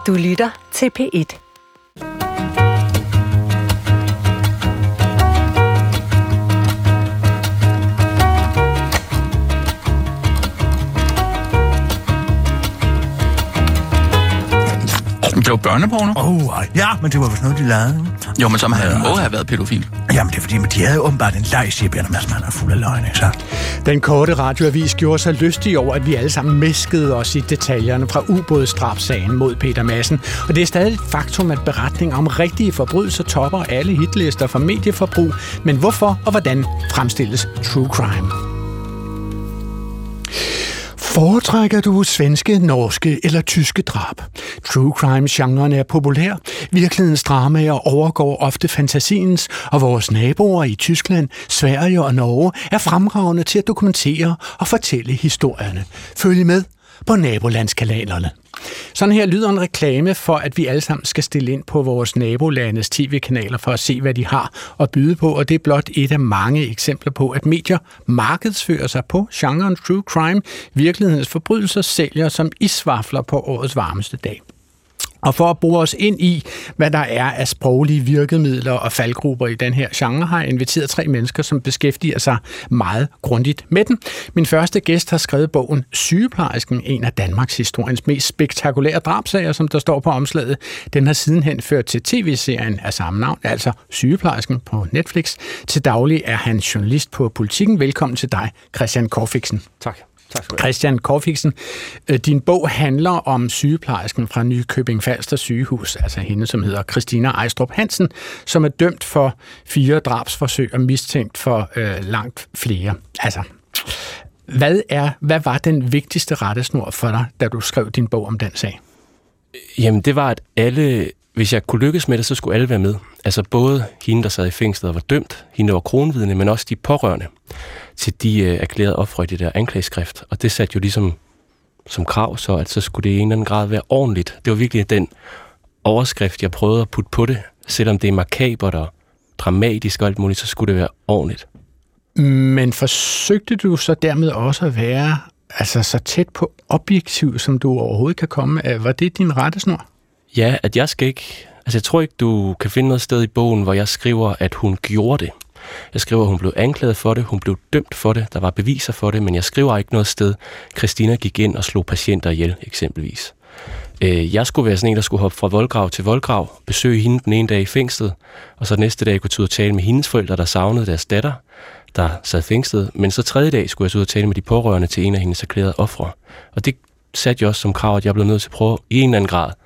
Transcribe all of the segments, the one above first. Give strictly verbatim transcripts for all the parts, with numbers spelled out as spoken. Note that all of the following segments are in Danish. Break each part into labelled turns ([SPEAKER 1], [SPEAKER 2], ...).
[SPEAKER 1] Du lytter til P et.
[SPEAKER 2] Det var børneporno.
[SPEAKER 3] Åh, oh, ja, men det var vist noget, de lavede.
[SPEAKER 2] Jo, men som havde, må have været pædofil.
[SPEAKER 3] Jamen, det er fordi, men de havde åbenbart en leg, siger Bjarne Madsen, han er fuld af løgn, ikke så?
[SPEAKER 4] Den korte radioavis gjorde sig lystig over, at vi alle sammen mæskede os i detaljerne fra ubådsdrabssagen mod Peter Madsen. Og det er stadig et faktum, at beretninger om rigtige forbrydelser topper alle hitlister for medieforbrug. Men hvorfor og hvordan fremstilles true crime? Foretrækker du svenske, norske eller tyske drab? True crime-genren er populær. Virkelighedens dramaer overgår ofte fantasiens, og vores naboer i Tyskland, Sverige og Norge er fremragende til at dokumentere og fortælle historierne. Følg med på nabolandskanalerne. Sådan her lyder en reklame for, at vi alle sammen skal stille ind på vores nabolandes tv-kanaler for at se, hvad de har at byde på, og det er blot et af mange eksempler på, at medier markedsfører sig på genren true crime. Virkelighedens forbrydelser sælger som isvafler på årets varmeste dag. Og for at bruge os ind i, hvad der er af sproglige virkemidler og faldgrupper i den her genre, har jeg inviteret tre mennesker, som beskæftiger sig meget grundigt med den. Min første gæst har skrevet bogen Sygeplejersken, en af Danmarks historiens mest spektakulære drabsager, som der står på omslaget. Den har sidenhen ført til tv-serien af samme navn, altså Sygeplejersken på Netflix. Til daglig er han journalist på Politiken. Velkommen til dig, Christian Corfixen.
[SPEAKER 5] Tak.
[SPEAKER 4] Christian Corfixen, din bog handler om sygeplejersken fra Nykøbing Falster sygehus, altså hende, som hedder Christina Ejstrup Hansen, som er dømt for fire drabsforsøg og mistænkt for øh, langt flere. Altså, hvad, er, hvad var den vigtigste rettesnor for dig, da du skrev din bog om den sag?
[SPEAKER 5] Jamen, det var, at alle, hvis jeg kunne lykkes med det, så skulle alle være med. Altså både hende, der sad i fængslet og var dømt, hende, der var kronvidne, men også de pårørende til de øh, erklærede ofre i det der anklageskrift. Og det satte jo ligesom som krav, så at så skulle det i en eller anden grad være ordentligt. Det var virkelig den overskrift, jeg prøvede at putte på det. Selvom det er makabert og dramatisk og alt muligt, så skulle det være ordentligt.
[SPEAKER 4] Men forsøgte du så dermed også at være altså, så tæt på objektiv, som du overhovedet kan komme? Var det din rettesnor?
[SPEAKER 5] Ja, at jeg skal ikke... Altså jeg tror ikke, du kan finde noget sted i bogen, hvor jeg skriver, at hun gjorde det. Jeg skriver, at hun blev anklaget for det, hun blev dømt for det, der var beviser for det, men jeg skriver ikke noget sted, Christina gik ind og slog patienter ihjel, eksempelvis. Jeg skulle være sådan en, der skulle hoppe fra voldgrav til voldgrav, besøge hende den ene dag i fængslet, og så næste dag kunne jeg ud og tale med hendes forældre, der savnede deres datter, der sad fængslet, men så tredje dag skulle jeg ud og tale med de pårørende til en af hendes erklærede ofre. Og det satte jeg også som krav, at jeg blev nødt til at prøve i en eller anden grad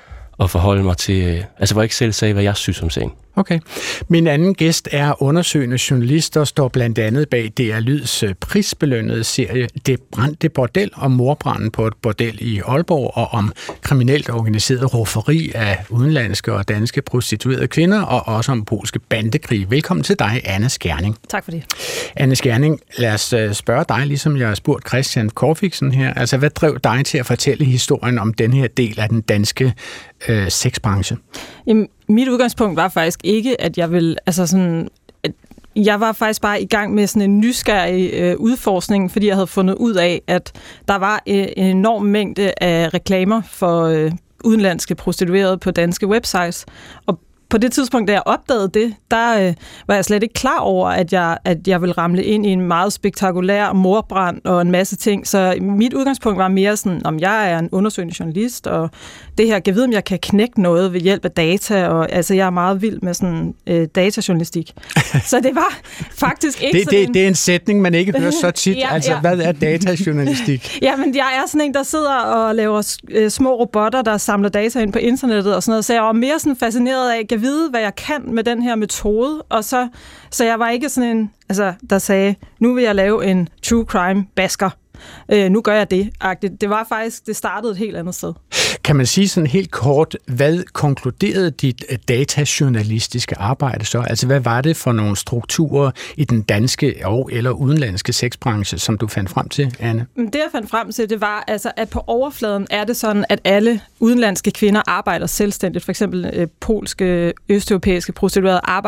[SPEAKER 5] at forholde mig til, altså hvor jeg ikke selv sagde, hvad jeg synes om sagen.
[SPEAKER 4] Okay. Min anden gæst er undersøgende journalist og står blandt andet bag D R Lyds prisbelønnede serie Det brændte bordel om mordbranden på et bordel i Aalborg og om kriminelt organiseret rufferi af udenlandske og danske prostituerede kvinder og også om polske bandekrig. Velkommen til dig, Anne Skjerning.
[SPEAKER 6] Tak for det.
[SPEAKER 4] Anne Skjerning, lad os spørge dig, ligesom jeg har spurgt Christian Corfixen her. Altså, hvad drev dig til at fortælle historien om den her del af den danske øh, sexbranche?
[SPEAKER 6] Jamen, mit udgangspunkt var faktisk ikke, at jeg ville, altså sådan, at jeg var faktisk bare i gang med sådan en nysgerrig øh, udforskning, fordi jeg havde fundet ud af, at der var øh, en enorm mængde af reklamer for øh, udenlandske prostituerede på danske websites, og på det tidspunkt, da jeg opdagede det, der øh, var jeg slet ikke klar over, at jeg, at jeg ville ramle ind i en meget spektakulær mordbrand og en masse ting. Så mit udgangspunkt var mere sådan, om jeg er en undersøgende journalist, og det her, kan vide, om jeg kan knække noget ved hjælp af data, og altså, jeg er meget vild med sådan øh, datajournalistik. Så det var faktisk ikke
[SPEAKER 4] det,
[SPEAKER 6] sådan...
[SPEAKER 4] Det, det er en sætning, man ikke hører så tit.
[SPEAKER 6] ja,
[SPEAKER 4] altså,
[SPEAKER 6] ja.
[SPEAKER 4] Hvad er datajournalistik?
[SPEAKER 6] Ja, men jeg er sådan en, der sidder og laver øh, små robotter, der samler data ind på internettet og sådan noget, så jeg var mere sådan fascineret af, kan vide, hvad jeg kan med den her metode, og så, så jeg var ikke sådan en, altså, der sagde, nu vil jeg lave en true crime basker. Øh, nu gør jeg det. Det var faktisk, det startede et helt andet sted.
[SPEAKER 4] Kan man sige sådan helt kort, hvad konkluderede dit datajournalistiske arbejde så? Altså, hvad var det for nogle strukturer i den danske og eller udenlandske sexbranche, som du fandt frem til, Anne?
[SPEAKER 6] Det, jeg fandt frem til, det var, altså, at på overfladen er det sådan, at alle udenlandske kvinder arbejder selvstændigt. For eksempel øh, polske, østeuropæiske prostituerede arbejder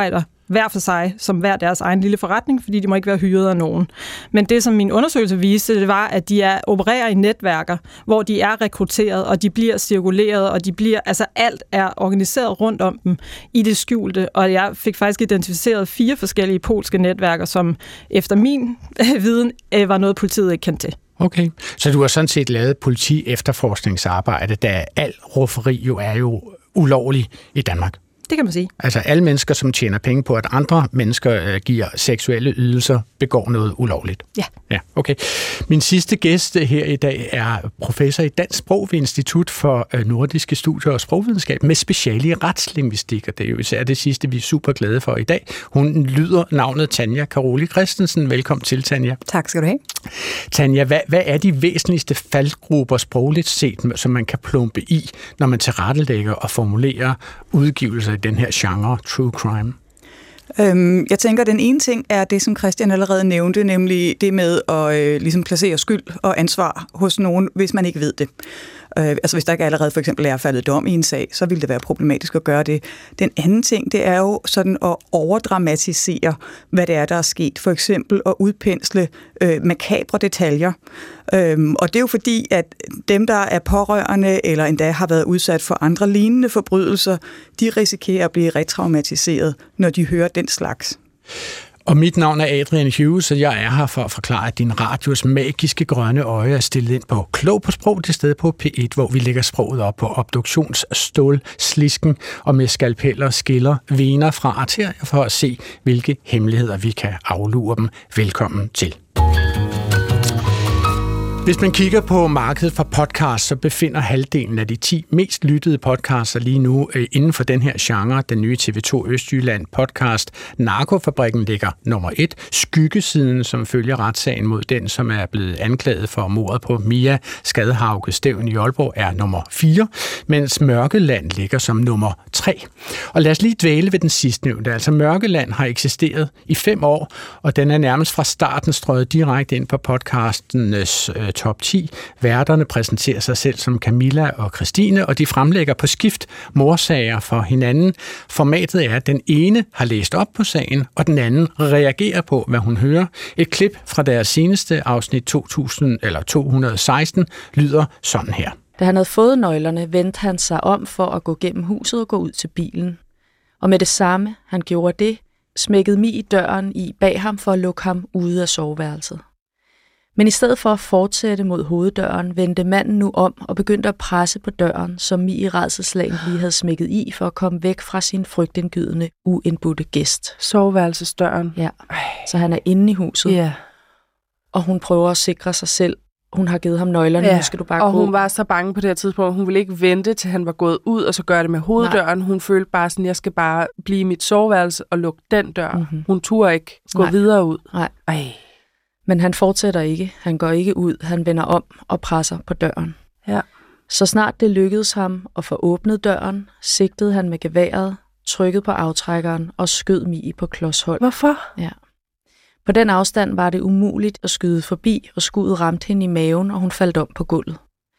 [SPEAKER 6] hver for sig, som hver deres egen lille forretning, fordi de må ikke være hyret af nogen. Men det, som min undersøgelse viste, det var, at de er, opererer i netværker, hvor de er rekrutteret, og de bliver cirkuleret, og de bliver, altså alt er organiseret rundt om dem i det skjulte, og jeg fik faktisk identificeret fire forskellige polske netværker, som efter min øh, viden øh, var noget, politiet ikke kendte til.
[SPEAKER 4] Okay, så du har sådan set lavet politi-efterforskningsarbejde, da al rufferi jo er jo ulovlig i Danmark.
[SPEAKER 6] Det kan man sige.
[SPEAKER 4] Altså alle mennesker, som tjener penge på, at andre mennesker øh, giver seksuelle ydelser, begår noget ulovligt.
[SPEAKER 6] Ja.
[SPEAKER 4] Ja, okay. Min sidste gæst her i dag er professor i dansk sprog ved Institut for øh, Nordiske Studier og Sprogvidenskab med speciale i retslingvistik, og det er jo især det sidste, vi er super glade for i dag. Hun lyder navnet Tanja Karoli Christensen. Velkommen til, Tanja.
[SPEAKER 1] Tak skal du have.
[SPEAKER 4] Tanja, hvad, hvad er de væsentligste faldgrupper sprogligt set, som man kan plumpe i, når man tilrettelægger og formulerer udgivelser i den her genre, true crime?
[SPEAKER 1] Øhm, jeg tænker, at den ene ting er det, som Christian allerede nævnte, nemlig det med at øh, ligesom placere skyld og ansvar hos nogen, hvis man ikke ved det. Øh, altså hvis der ikke allerede for eksempel er faldet dom i en sag, så vil det være problematisk at gøre det. Den anden ting, det er jo sådan at overdramatisere, hvad det er, der er sket. For eksempel at udpensle øh, makabre detaljer. Øhm, og det er jo fordi, at dem, der er pårørende eller endda har været udsat for andre lignende forbrydelser, de risikerer at blive retraumatiseret, når de hører den slags.
[SPEAKER 4] Og mit navn er Adrian Hughes, og jeg er her for at forklare, at din radios magiske grønne øje er stillet ind på Klog på Sprog, til sted på P et, hvor vi lægger sproget op på obduktionsstålslisken og med skalpeller skiller vener fra arterier for at se, hvilke hemmeligheder vi kan aflure dem. Velkommen til. Hvis man kigger på markedet for podcasts, så befinder halvdelen af de ti mest lyttede podcaster lige nu inden for den her genre. Den nye T V to Østjylland podcast Narkofabrikken ligger nummer et. Skyggesiden, som følger retssagen mod den, som er blevet anklaget for mordet på Mia Skadhauge Stevn i Aalborg, er nummer fire, mens Mørkeland ligger som nummer tre. Og lad os lige dvæle ved den sidstnævnte. Altså Mørkeland har eksisteret i fem år, og den er nærmest fra starten strøget direkte ind på podcastenes øh, top ti. Værterne præsenterer sig selv som Camilla og Christine, og de fremlægger på skift morsager for hinanden. Formatet er, at den ene har læst op på sagen, og den anden reagerer på, hvad hun hører. Et klip fra deres seneste afsnit to tusind, eller to hundrede og seksten lyder sådan her.
[SPEAKER 7] Da han havde fået nøglerne, vendte han sig om for at gå gennem huset og gå ud til bilen. Og med det samme, han gjorde det, smækkede Mie døren i bag ham for at lukke ham ude af soveværelset. Men i stedet for at fortsætte mod hoveddøren, vendte manden nu om og begyndte at presse på døren, som Mie rædselsslagen lige havde smækket i for at komme væk fra sin frygtindgydende, uindbudte gæst.
[SPEAKER 8] Soveværelsesdøren?
[SPEAKER 7] Ja, så han er inde i huset.
[SPEAKER 8] Ja.
[SPEAKER 7] Og hun prøver at sikre sig selv. Hun har givet ham nøglerne, ja. Nu skal du bare
[SPEAKER 8] og
[SPEAKER 7] gå.
[SPEAKER 8] Og hun var så bange på det her tidspunkt. Hun ville ikke vente, til han var gået ud, og så gøre det med hoveddøren. Nej. Hun følte bare sådan, jeg skal bare blive i mit soveværelse og lukke den dør. Mm-hmm. Hun turde ikke gå
[SPEAKER 7] Nej.
[SPEAKER 8] videre ud.
[SPEAKER 7] Nej.
[SPEAKER 8] Ej.
[SPEAKER 7] Men han fortsætter ikke. Han går ikke ud. Han vender om og presser på døren.
[SPEAKER 8] Ja.
[SPEAKER 7] Så snart det lykkedes ham at få åbnet døren, sigtede han med geværet, trykkede på aftrækkeren og skød Mie på klodshold.
[SPEAKER 8] Hvorfor?
[SPEAKER 7] Ja. På den afstand var det umuligt at skyde forbi, og skuddet ramte hende i maven, og hun faldt om på gulvet.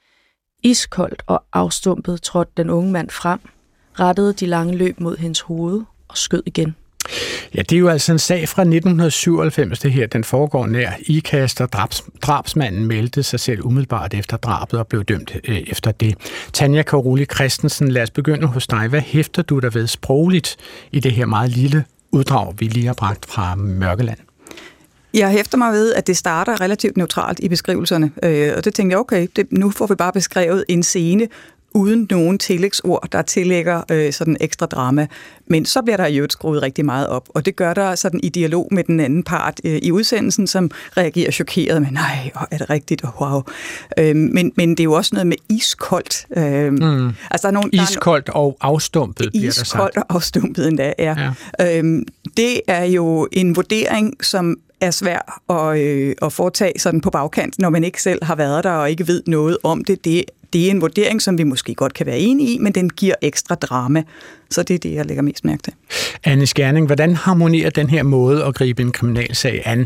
[SPEAKER 7] Iskoldt og afstumpet trådte den unge mand frem, rettede de lange løb mod hendes hoved og skød igen.
[SPEAKER 4] Ja, det er jo altså en sag fra nitten syvoghalvfems, det her. Den foregår nær Ikast, og drabs, drabsmanden meldte sig selv umiddelbart efter drabet og blev dømt øh, efter det. Tanja Karoli Christensen, lad os begynde hos dig. Hvad hæfter du der ved sprogligt i det her meget lille uddrag, vi lige har bragt fra Mørkeland?
[SPEAKER 1] Jeg hæfter mig ved, at det starter relativt neutralt i beskrivelserne, øh, og det tænkte jeg, okay, det, nu får vi bare beskrevet en scene, uden nogen tillægsord, der tillægger øh, sådan ekstra drama. Men så bliver der jo skruet rigtig meget op, og det gør der sådan i dialog med den anden part øh, i udsendelsen, som reagerer chokeret med, nej, er det rigtigt, og wow. Øh, men, men det er jo også noget med iskoldt. Øh,
[SPEAKER 4] mm.
[SPEAKER 1] altså, der er nogle,
[SPEAKER 4] iskoldt der er no- og afstumpet, bliver der sagt.
[SPEAKER 1] Iskoldt og afstumpet endda, ja. ja. Øh, det er jo en vurdering, som er svær at, øh, at foretage sådan på bagkant, når man ikke selv har været der og ikke ved noget om det. Det det er en vurdering, som vi måske godt kan være enige i, men den giver ekstra drama. Så det er det, jeg lægger mest mærke til.
[SPEAKER 4] Anne Skjerning, hvordan harmonerer den her måde at gribe en kriminalsag an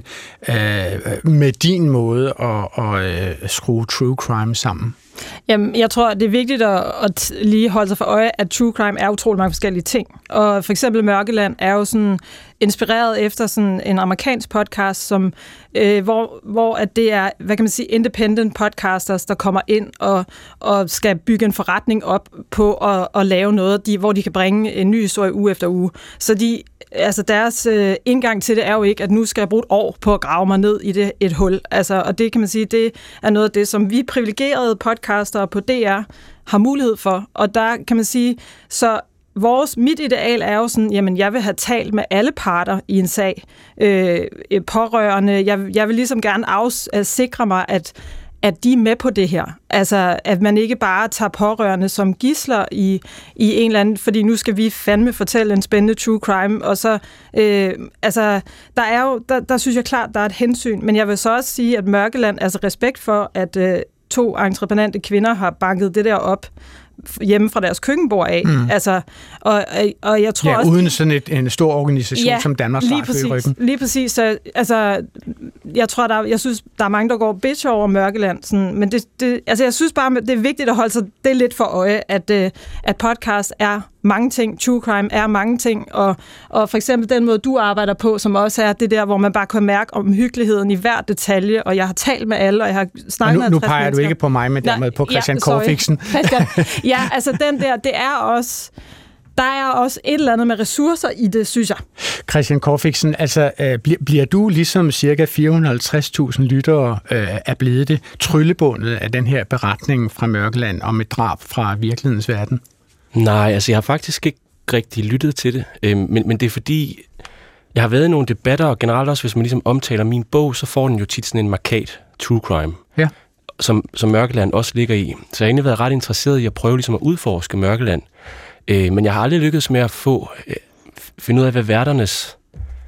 [SPEAKER 4] øh, med din måde at, at, at skrue true crime sammen?
[SPEAKER 6] Jamen, jeg tror, det er vigtigt at, at lige holde sig for øje, at true crime er utrolig mange forskellige ting. Og for eksempel Mørkeland er jo sådan inspireret efter sådan en amerikansk podcast, som, øh, hvor, hvor at det er, hvad kan man sige, independent podcasters, der kommer ind og, og skal bygge en forretning op på at, at lave noget, de, hvor de kan bringe en ny historie uge efter uge. Så de, altså deres øh, indgang til det er jo ikke, at nu skal jeg bruge et år på at grave mig ned i det, et hul. Altså, og det kan man sige, det er noget af det, som vi privilegerede podcastere på D R har mulighed for. Og der kan man sige, så vores, mit ideal er jo sådan, jamen jeg vil have talt med alle parter i en sag. Øh, pårørende, jeg, jeg vil ligesom gerne afs, at sikre mig, at at de er med på det her. Altså, at man ikke bare tager pårørende som gidsler i, i en eller anden, fordi nu skal vi fandme fortælle en spændende true crime, og så, øh, altså, der er jo, der, der synes jeg klart, der er et hensyn, men jeg vil så også sige, at Mørkeland, altså respekt for, at øh, to entreprenante kvinder har banket det der op, hjemme fra deres køkkenbord af. Mm. Altså, og, og jeg tror
[SPEAKER 4] ja,
[SPEAKER 6] også...
[SPEAKER 4] uden sådan et, en stor organisation ja, som Danmarks Radio i ryggen.
[SPEAKER 6] Lige præcis. Så, altså, jeg tror, der, jeg synes, der er mange, der går bitch over Mørkeland. Sådan, men det, det, altså, jeg synes bare, det er vigtigt at holde sig det lidt for øje, at, at podcast er mange ting, true crime er mange ting, og, og for eksempel den måde, du arbejder på, som også er det der, hvor man bare kan mærke omhyggeligheden i hver detalje, og jeg har talt med alle, og jeg har snakket med
[SPEAKER 4] nu, nu peger mennesker. Du ikke på mig, men dermed på Christian ja, Korfiksen.
[SPEAKER 6] Ja, altså den der, det er også... Der er også et eller andet med ressourcer i det, synes jeg.
[SPEAKER 4] Christian Korfiksen, altså øh, bliver, bliver du ligesom cirka fire hundrede og halvtreds tusind lyttere øh, er blevet det tryllebundet af den her beretning fra Mørkeland om et drab fra virkelighedens verden?
[SPEAKER 5] Nej, altså jeg har faktisk ikke rigtig lyttet til det, øh, men, men det er fordi, jeg har været i nogle debatter, og generelt også, hvis man ligesom omtaler min bog, så får den jo tit sådan en markat true crime.
[SPEAKER 4] Ja. Som,
[SPEAKER 5] som Mørkeland også ligger i. Så jeg har egentlig været ret interesseret i at prøve ligesom at udforske Mørkeland. Øh, men jeg har aldrig lykkedes med at få øh, finde ud af, hvad værternes,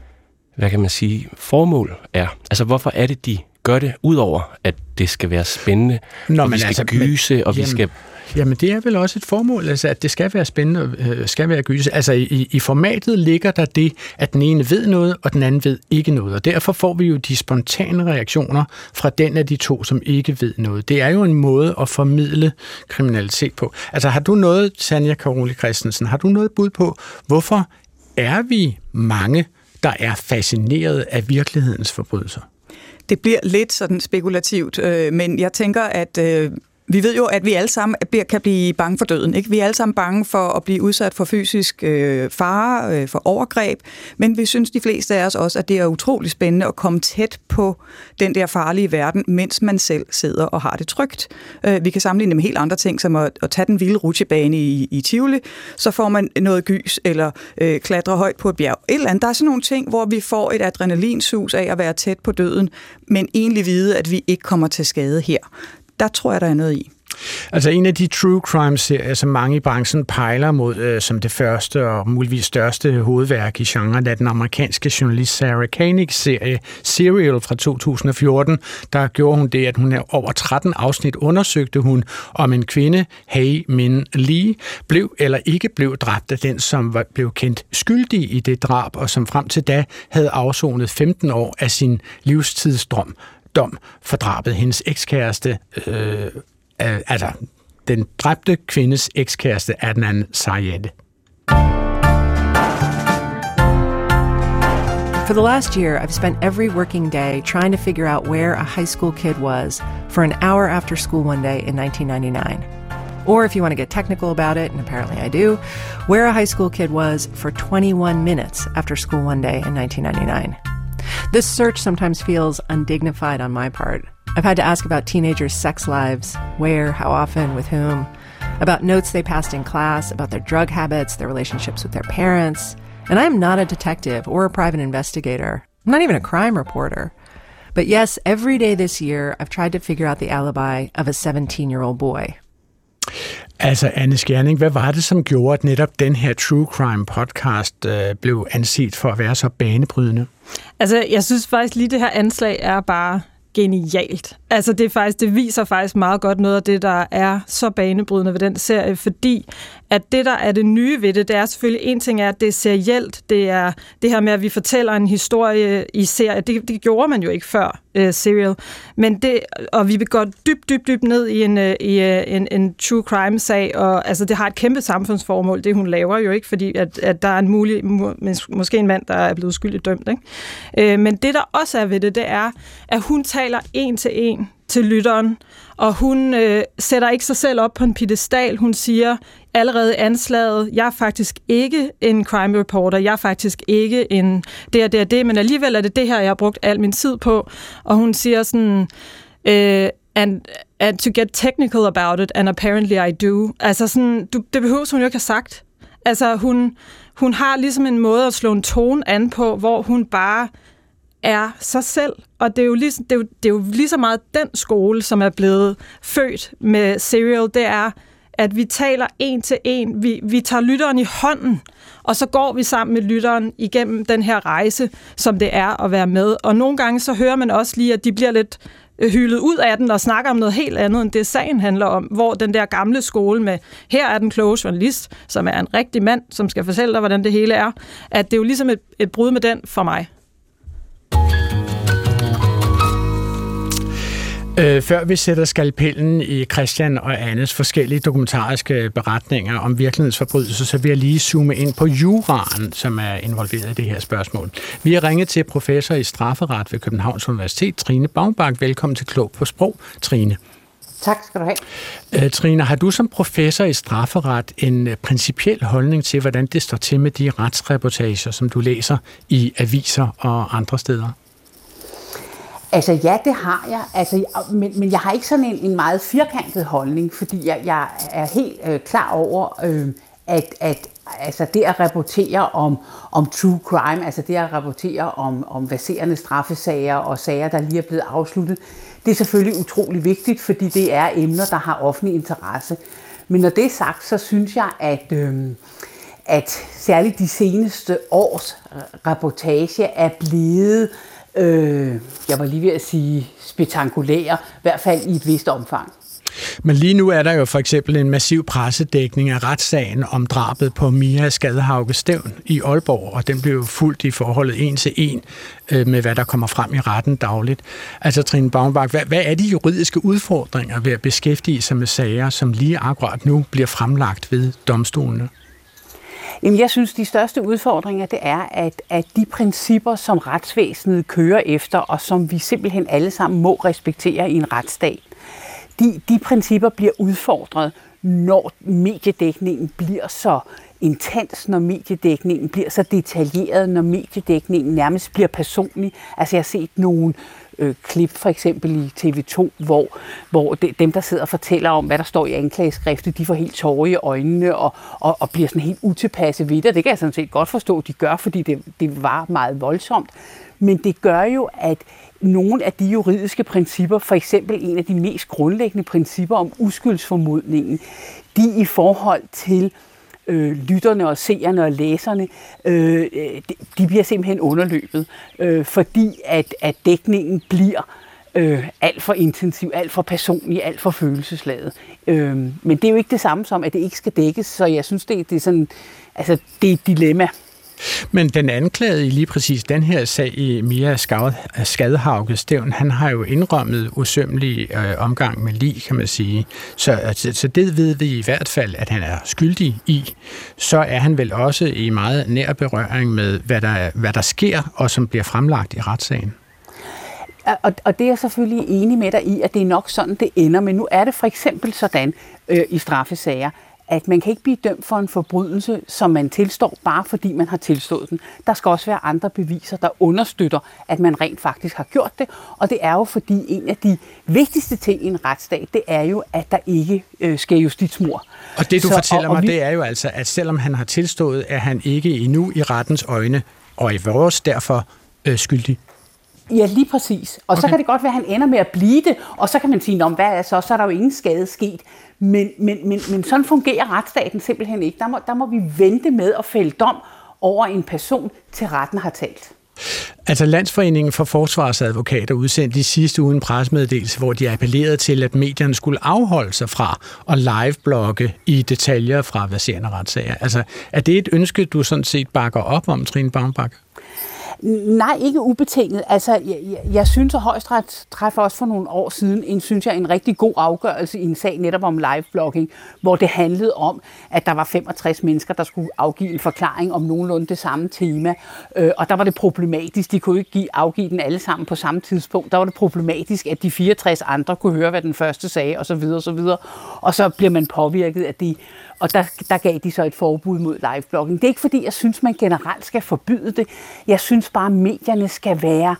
[SPEAKER 5] hvad kan man sige, formål er. Altså, hvorfor er det, de gør det, udover at det skal være spændende, Nå, og vi skal altså, gyse, men, og vi
[SPEAKER 4] jamen,
[SPEAKER 5] skal...
[SPEAKER 4] Jamen, det er vel også et formål, altså, at det skal være spændende, øh, skal være gyse. Altså, i, i formatet ligger der det, at den ene ved noget, og den anden ved ikke noget. Og derfor får vi jo de spontane reaktioner fra den af de to, som ikke ved noget. Det er jo en måde at formidle kriminalitet på. Altså, har du noget, Sanja Caroli Christensen, har du noget bud på, hvorfor er vi mange, der er fascineret af virkelighedens forbrydelser?
[SPEAKER 1] Det bliver lidt sådan spekulativt, øh, men jeg tænker, at øh, vi ved jo, at vi alle sammen kan blive bange for døden. Ikke? Vi er alle sammen bange for at blive udsat for fysisk øh, fare, øh, for overgreb, men vi synes de fleste af os også, at det er utrolig spændende at komme tæt på den der farlige verden, mens man selv sidder og har det trygt. Øh, vi kan sammenligne med helt andre ting, som at, at tage den vilde rutsjebane i, i Tivoli, så får man noget gys, eller øh, klatre højt på et bjerg. Et eller andet. Der er sådan nogle ting, hvor vi får et adrenalinsus af at være tæt på døden, men egentlig vide, at vi ikke kommer til skade her. Der tror jeg, der er noget i.
[SPEAKER 4] Altså en af de true crime-serier, som mange i branchen pejler mod øh, som det første og muligvis største hovedværk i genren, er den amerikanske journalist Sarah Koenigs serie Serial fra to tusind og fjorten. Der gjorde hun det, at hun over tretten afsnit undersøgte hun, om en kvinde, Hae Min Lee, blev eller ikke blev dræbt af den, som var, blev kendt skyldig i det drab, og som frem til da havde afsonet femten år af sin livstidsdom. dom for drabet. Hendes ekskæreste, øh, øh, altså den dræbte kvindes ekskæreste, Adnan Syed.
[SPEAKER 9] For the last year, I've spent every working day trying to figure out where a high school kid was for an hour after school one day in nineteen ninety-nine. Or if you want to get technical about it, and apparently I do, where a high school kid was for twenty-one minutes after school one day in nineteen ninety-nine. This search sometimes feels undignified on my part. I've had to ask about teenagers' sex lives, where, how often, with whom, about notes they passed in class, about their drug habits, their relationships with their parents. And I'm not a detective or a private investigator. I'm not even a crime reporter. But yes, every day this year, I've tried to figure out the alibi of a seventeen-year-old boy.
[SPEAKER 4] Altså, Anne Skjerning, hvad var det, som gjorde, at netop den her True Crime podcast øh, blev anset for at være så banebrydende?
[SPEAKER 6] Altså, jeg synes faktisk lige det her anslag er bare genialt. Altså det, er faktisk, det viser faktisk meget godt noget af det, der er så banebrydende ved den serie, fordi at det, der er det nye ved det, det er selvfølgelig en ting er, at det er serielt, det er det her med, at vi fortæller en historie i serie, det, det gjorde man jo ikke før uh, Serial, men det, og vi går dybt, dybt, dybt ned i en, uh, i, uh, en, en true crime-sag, og altså det har et kæmpe samfundsformål, det hun laver jo ikke, fordi at, at der er en mulig, må, måske en mand, der er blevet skyldigt dømt, ikke? Uh, men det, der også er ved det, det er, at hun taler en til en til lytteren, og hun øh, sætter ikke sig selv op på en piedestal. Hun siger allerede anslaget, jeg er faktisk ikke en crime reporter, jeg er faktisk ikke en det og det og det, men alligevel er det det her, jeg har brugt al min tid på. Og hun siger sådan, øh, and, and to get technical about it, and apparently I do. Altså sådan, du, det behøver hun jo ikke have sagt. Altså hun, hun har ligesom en måde at slå en tone an på, hvor hun bare er sig selv, og det er, jo lige, det, er jo, det er jo lige så meget den skole, som er blevet født med Serial, det er, at vi taler en til en, vi, vi tager lytteren i hånden, og så går vi sammen med lytteren igennem den her rejse, som det er at være med, og nogle gange så hører man også lige, at de bliver lidt hyldet ud af den og snakker om noget helt andet, end det sagen handler om, hvor den der gamle skole med, her er den kloge journalist, som er en rigtig mand, som skal fortælle dig, hvordan det hele er, at det er jo ligesom et, et brud med den for mig.
[SPEAKER 4] Øh, før vi sætter skalpellen i Christian og Annes forskellige dokumentariske beretninger om virkelighedsforbrydelser, så vil jeg lige zoome ind på juraen, som er involveret i det her spørgsmål. Vi har ringet til professor i strafferet ved Københavns Universitet, Trine Baumbach. Velkommen til Klog på Sprog, Trine.
[SPEAKER 10] Tak skal du have.
[SPEAKER 4] Øh, Trine, har du som professor i strafferet en principiel holdning til, hvordan det står til med de retsreportager, som du læser i aviser og andre steder?
[SPEAKER 10] Altså ja, det har jeg, altså, men, men jeg har ikke sådan en, en meget firkantet holdning, fordi jeg, jeg er helt øh, klar over, øh, at, at altså, det at rapportere om, om true crime, altså det at rapportere om, om verserende straffesager og sager, der lige er blevet afsluttet, det er selvfølgelig utrolig vigtigt, fordi det er emner, der har offentlig interesse. Men når det er sagt, så synes jeg, at, øh, at særligt de seneste års rapportage er blevet Øh, jeg var lige ved at sige spektakulære, i hvert fald i et vist omfang.
[SPEAKER 4] Men lige nu er der jo for eksempel en massiv pressedækning af retssagen om drabet på Mia Skadehauge Stevn i Aalborg, og den blev jo fuldt i forholdet en til en øh, med, hvad der kommer frem i retten dagligt. Altså Trine Baumbach, hvad, hvad er de juridiske udfordringer ved at beskæftige sig med sager, som lige akkurat nu bliver fremlagt ved domstolene?
[SPEAKER 10] Jamen, jeg synes, de største udfordringer, det er, at, at de principper, som retsvæsenet kører efter, og som vi simpelthen alle sammen må respektere i en retsstat, de, de principper bliver udfordret, når mediedækningen bliver så intens, når mediedækningen bliver så detaljeret, når mediedækningen nærmest bliver personlig. Altså, jeg har set nogle øh, klip, for eksempel i T V to, hvor, hvor de, dem, der sidder og fortæller om, hvad der står i anklageskriftet, de får helt tårer i øjnene og, og, og bliver sådan helt utilpasse ved det. Det kan jeg sådan set godt forstå, de gør, fordi det, det var meget voldsomt. Men det gør jo, at nogle af de juridiske principper, for eksempel en af de mest grundlæggende principper om uskyldsformodningen, de i forhold til øh, lytterne og seerne og læserne, øh, de, de bliver simpelthen underløbet, øh, fordi at, at dækningen bliver øh, alt for intensiv, alt for personlig, alt for følelsesladet. Øh, men det er jo ikke det samme som, at det ikke skal dækkes, så jeg synes, det, det er sådan, altså det er et dilemma.
[SPEAKER 4] Men den anklagede i lige præcis den her sag i Mia Skadehauge Stevn, han har jo indrømmet usømmelig øh, omgang med lig, kan man sige. Så, altså, så det ved vi i hvert fald, at han er skyldig i. Så er han vel også i meget nær berøring med, hvad der, hvad der sker, og som bliver fremlagt i retssagen.
[SPEAKER 10] Og, og det er jeg selvfølgelig enig med dig i, at det er nok sådan, det ender. Men nu er det for eksempel sådan øh, i straffesager, at man kan ikke blive dømt for en forbrydelse, som man tilstår, bare fordi man har tilstået den. Der skal også være andre beviser, der understøtter, at man rent faktisk har gjort det. Og det er jo fordi en af de vigtigste ting i en retsstat, det er jo, at der ikke øh, sker justitsmord.
[SPEAKER 4] Og det du
[SPEAKER 10] Så,
[SPEAKER 4] fortæller
[SPEAKER 10] og, og
[SPEAKER 4] mig,
[SPEAKER 10] vi...
[SPEAKER 4] det er jo altså, at selvom han har tilstået, er han ikke endnu i rettens øjne, og i vores derfor øh, skyldig.
[SPEAKER 10] Ja, lige præcis. Og okay. Så kan det godt være, at han ender med at blive det, og så kan man sige, hvad er så? Så er der jo ingen skade sket. Men, men, men, men sådan fungerer retsstaten simpelthen ikke. Der må, der må vi vente med at fælde dom over en person, til retten har talt.
[SPEAKER 4] Altså Landsforeningen for Forsvarsadvokater udsendte i sidste uge en pressemeddelelse, hvor de appellerede til, at medierne skulle afholde sig fra at live-blogge i detaljer fra verserende retssager. Altså, er det et ønske, du sådan set bakker op om, Trine Baumbach?
[SPEAKER 10] Nej, ikke ubetinget. Altså, jeg, jeg, jeg synes, at Højesteret træffer også for nogle år siden en, synes jeg, en rigtig god afgørelse i en sag netop om live-blogging, hvor det handlede om, at der var femogtres mennesker, der skulle afgive en forklaring om nogenlunde det samme tema. Øh, og der var det problematisk. De kunne ikke give, afgive den alle sammen på samme tidspunkt. Der var det problematisk, at de fireogtres andre kunne høre, hvad den første sagde, osv. osv. Og så bliver man påvirket af de... Og der, der gav de så et forbud mod liveblogging. Det er ikke fordi, jeg synes, man generelt skal forbyde det. Jeg synes bare, at medierne skal være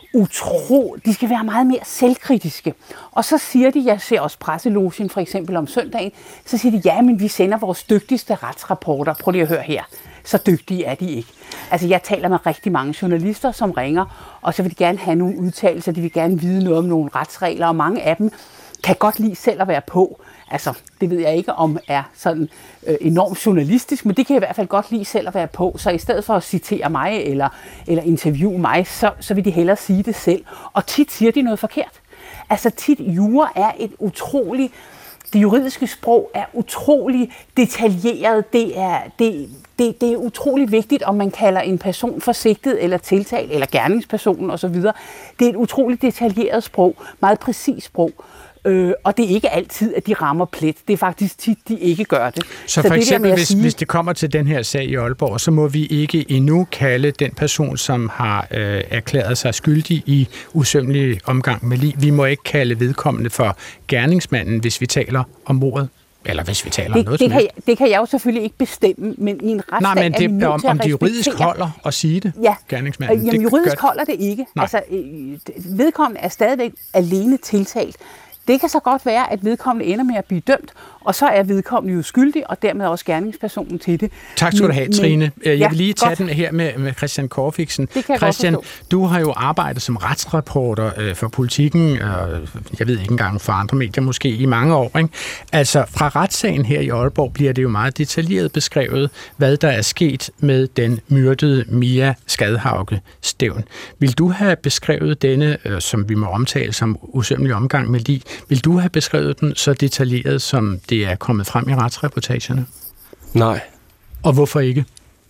[SPEAKER 10] utro. De skal være meget mere selvkritiske. Og så siger de, jeg ser også Presselogen for eksempel om søndagen, så siger de, ja, men vi sender vores dygtigste retsrapporter. Prøv lige at høre her. Så dygtige er de ikke. Altså, jeg taler med rigtig mange journalister, som ringer, og så vil de gerne have nogle udtalelser, de vil gerne vide noget om nogle retsregler, og mange af dem kan godt lide selv at være på. Altså, det ved jeg ikke, om er sådan øh, enormt journalistisk, men det kan jeg i hvert fald godt lide selv at være på. Så i stedet for at citere mig eller, eller interviewe mig, så, så vil de hellere sige det selv. Og tit siger de noget forkert. Altså tit, jura er et utroligt, det juridiske sprog er utrolig detaljeret. Det er, det, det, det er utrolig vigtigt, om man kalder en person for sigtet eller tiltalt, eller gerningspersonen osv. Det er et utroligt detaljeret sprog, meget præcist sprog. Øh, og det er ikke altid, at de rammer plet. Det er faktisk tit, de ikke gør det.
[SPEAKER 4] Så, så for det eksempel, hvis, sige... hvis det kommer til den her sag i Aalborg, så må vi ikke endnu kalde den person, som har øh, erklæret sig skyldig i usømmelig omgang med lig. Vi må ikke kalde vedkommende for gerningsmanden, hvis vi taler om mordet. Eller hvis vi taler
[SPEAKER 10] det,
[SPEAKER 4] om noget
[SPEAKER 10] det
[SPEAKER 4] som
[SPEAKER 10] kan,
[SPEAKER 4] helst.
[SPEAKER 10] jeg, det kan jeg jo selvfølgelig ikke bestemme, men i en retsstat
[SPEAKER 4] Nej, men det,
[SPEAKER 10] er vi nødt
[SPEAKER 4] om,
[SPEAKER 10] til at
[SPEAKER 4] om det juridisk holder at sige det,
[SPEAKER 10] ja.
[SPEAKER 4] gerningsmanden.
[SPEAKER 10] Jamen,
[SPEAKER 4] det
[SPEAKER 10] juridisk
[SPEAKER 4] gør...
[SPEAKER 10] holder det ikke. Nej. Altså, vedkommende er stadigvæk alene tiltalt. Det kan så godt være, at vedkommende ender med at blive dømt, og så er vedkommende jo skyldig, og dermed også gerningspersonen til det.
[SPEAKER 4] Tak skal du have, Trine. Jeg
[SPEAKER 10] ja,
[SPEAKER 4] vil lige tage
[SPEAKER 10] godt.
[SPEAKER 4] den her med, med Christian Corfixen.
[SPEAKER 10] Det kan jeg
[SPEAKER 4] Christian,
[SPEAKER 10] godt forstå.
[SPEAKER 4] Du har jo arbejdet som retsreporter øh, for Politikken, og jeg ved ikke engang for andre medier måske, i mange år. Ikke? Altså, fra retssagen her i Aalborg bliver det jo meget detaljeret beskrevet, hvad der er sket med den myrdede Mia Skadhauge Stevn. Vil du have beskrevet denne, øh, som vi må omtale som usømmelig omgang med lig, vil du have beskrevet den så detaljeret, som det er kommet frem i retsreportagerne?
[SPEAKER 5] Nej.
[SPEAKER 4] Og hvorfor ikke?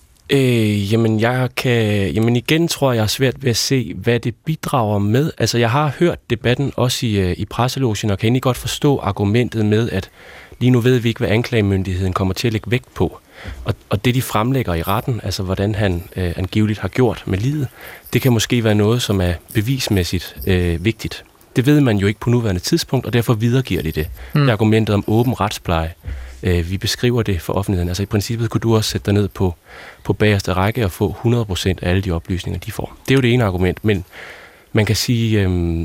[SPEAKER 5] Øh, jamen, jeg kan, jamen igen tror jeg, jeg er svært ved at se, hvad det bidrager med. Altså, jeg har hørt debatten også i, i Presselogen, og kan egentlig godt forstå argumentet med, at lige nu ved vi ikke, hvad anklagemyndigheden kommer til at lægge vægt på. Og, og det, de fremlægger i retten, altså hvordan han øh, angiveligt har gjort med livet, det kan måske være noget, som er bevismæssigt øh, vigtigt. Det ved man jo ikke på nuværende tidspunkt, og derfor videregiver de det. Mm. Det er argumentet om åben retspleje. Vi beskriver det for offentligheden. Altså i princippet kunne du også sætte dig ned på, på bagerste række og få hundrede procent af alle de oplysninger, de får. Det er jo det ene argument, men man kan sige, øhm,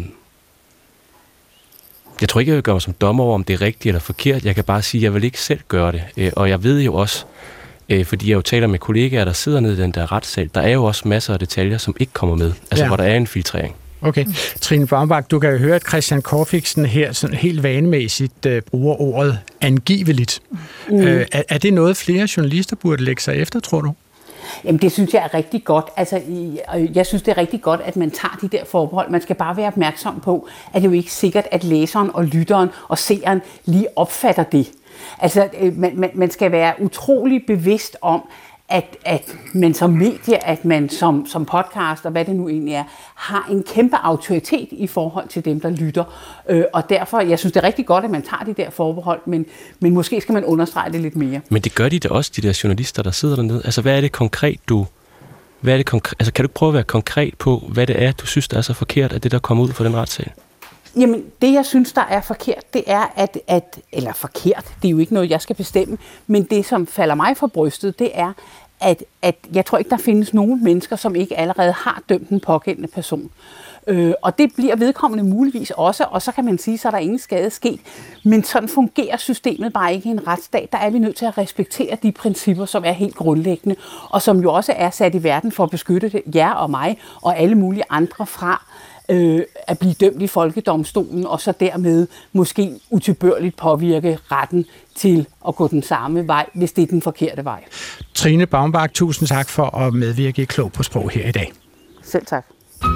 [SPEAKER 5] jeg tror ikke, jeg vil gøre mig som dommer over, om det er rigtigt eller forkert. Jeg kan bare sige, at jeg vil ikke selv gøre det. Og jeg ved jo også, fordi jeg jo taler med kollegaer, der sidder nede i den der retssal, der er jo også masser af detaljer, som ikke kommer med. Altså ja. Hvor der er en filtrering.
[SPEAKER 4] Okay. Trine Baumbach, du kan jo høre, at Christian Corfixen her sådan helt vanemæssigt uh, bruger ordet angiveligt. Mm. Uh, er, er det noget, flere journalister burde lægge sig efter, tror du?
[SPEAKER 10] Jamen, det synes jeg er rigtig godt. Altså, jeg synes, det er rigtig godt, at man tager de der forbehold. Man skal bare være opmærksom på, at det er jo ikke sikkert, at læseren og lytteren og seeren lige opfatter det. Altså, man, man skal være utrolig bevidst om, At, at man som medie, at man som, som podcast, og hvad det nu egentlig er, har en kæmpe autoritet i forhold til dem, der lytter. Øh, og derfor, jeg synes, det er rigtig godt, at man tager de der forbehold, men, men måske skal man understrege det lidt mere.
[SPEAKER 5] Men det gør de da også, de der journalister, der sidder dernede. Altså, hvad er det konkret, du... Hvad er det konkret, altså, kan du prøve at være konkret på, hvad det er, du synes, der er så forkert, af det, der kommer ud fra den retssag?
[SPEAKER 10] Jamen, det jeg synes, der er forkert, det er, at, at, eller forkert, det er jo ikke noget, jeg skal bestemme, men det, som falder mig for brystet, det er, at, at jeg tror ikke, der findes nogen mennesker, som ikke allerede har dømt den pågældende person. Øh, og det bliver vedkommende muligvis også, og så kan man sige, så er der ingen skade sket. Men sådan fungerer systemet bare ikke i en retsstat. Der er vi nødt til at respektere de principper, som er helt grundlæggende, og som jo også er sat i verden for at beskytte jer og mig og alle mulige andre fra øh, at blive dømt i folkedomstolen, og så dermed måske utilbørligt påvirke retten til at gå den samme vej, hvis det er den forkerte vej.
[SPEAKER 4] Trine Baumbach, tusind tak for at medvirke i Klog på Sprog her i dag.
[SPEAKER 10] Selv tak.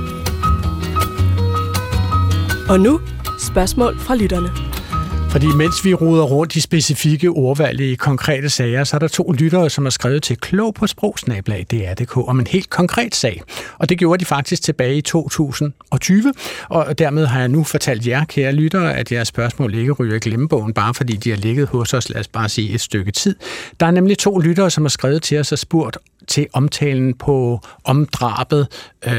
[SPEAKER 11] Og nu spørgsmål fra lytterne.
[SPEAKER 4] Fordi mens vi roder rundt i specifikke ordvalg i konkrete sager, så er der to lyttere, som har skrevet til klog på sprogsnablag punktum d r punktum d k om en helt konkret sag. Og det gjorde de faktisk tilbage i to tusind og tyve, og dermed har jeg nu fortalt jer, kære lyttere, at jeres spørgsmål ikke ryger i glemmebogen, bare fordi de har ligget hos os, lad os bare sige et stykke tid. Der er nemlig to lyttere, som har skrevet til os og spurgt til omtalen på omdrabet øh,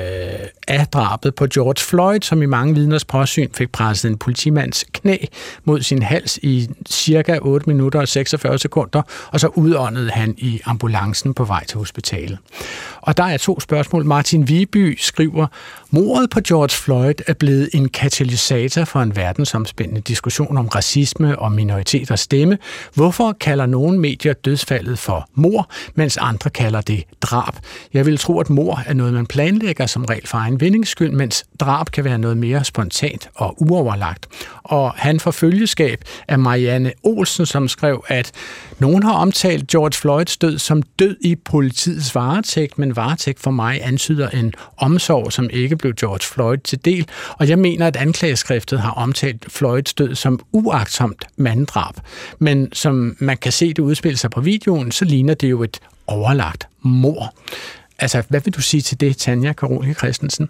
[SPEAKER 4] af drabet på George Floyd, som i mange vidners påsyn fik presset en politimands knæ mod sin hals i cirka otte minutter og seksogfyrre sekunder, og så udåndede han i ambulancen på vej til hospitalet. Og der er to spørgsmål. Martin Viby skriver, mordet på George Floyd er blevet en katalysator for en verdensomspændende diskussion om racisme og minoriteters stemme. Hvorfor kalder nogle medier dødsfaldet for mord, mens andre kalder det drab? Jeg vil tro, at mord er noget, man planlægger som regel for egen vindings skyld, mens drab kan være noget mere spontant og uoverlagt. Og han får følgeskab af Marianne Olsen, som skrev, at nogen har omtalt George Floyds død som død i politiets varetægt, men varetægt for mig antyder en omsorg, som ikke blev George Floyd til del. Og jeg mener, at anklageskriftet har omtalt Floyds død som uagtsomt manddrab. Men som man kan se det udspille sig på videoen, så ligner det jo et overlagt mord. Altså, hvad vil du sige til det, Tanja Caroli Christensen?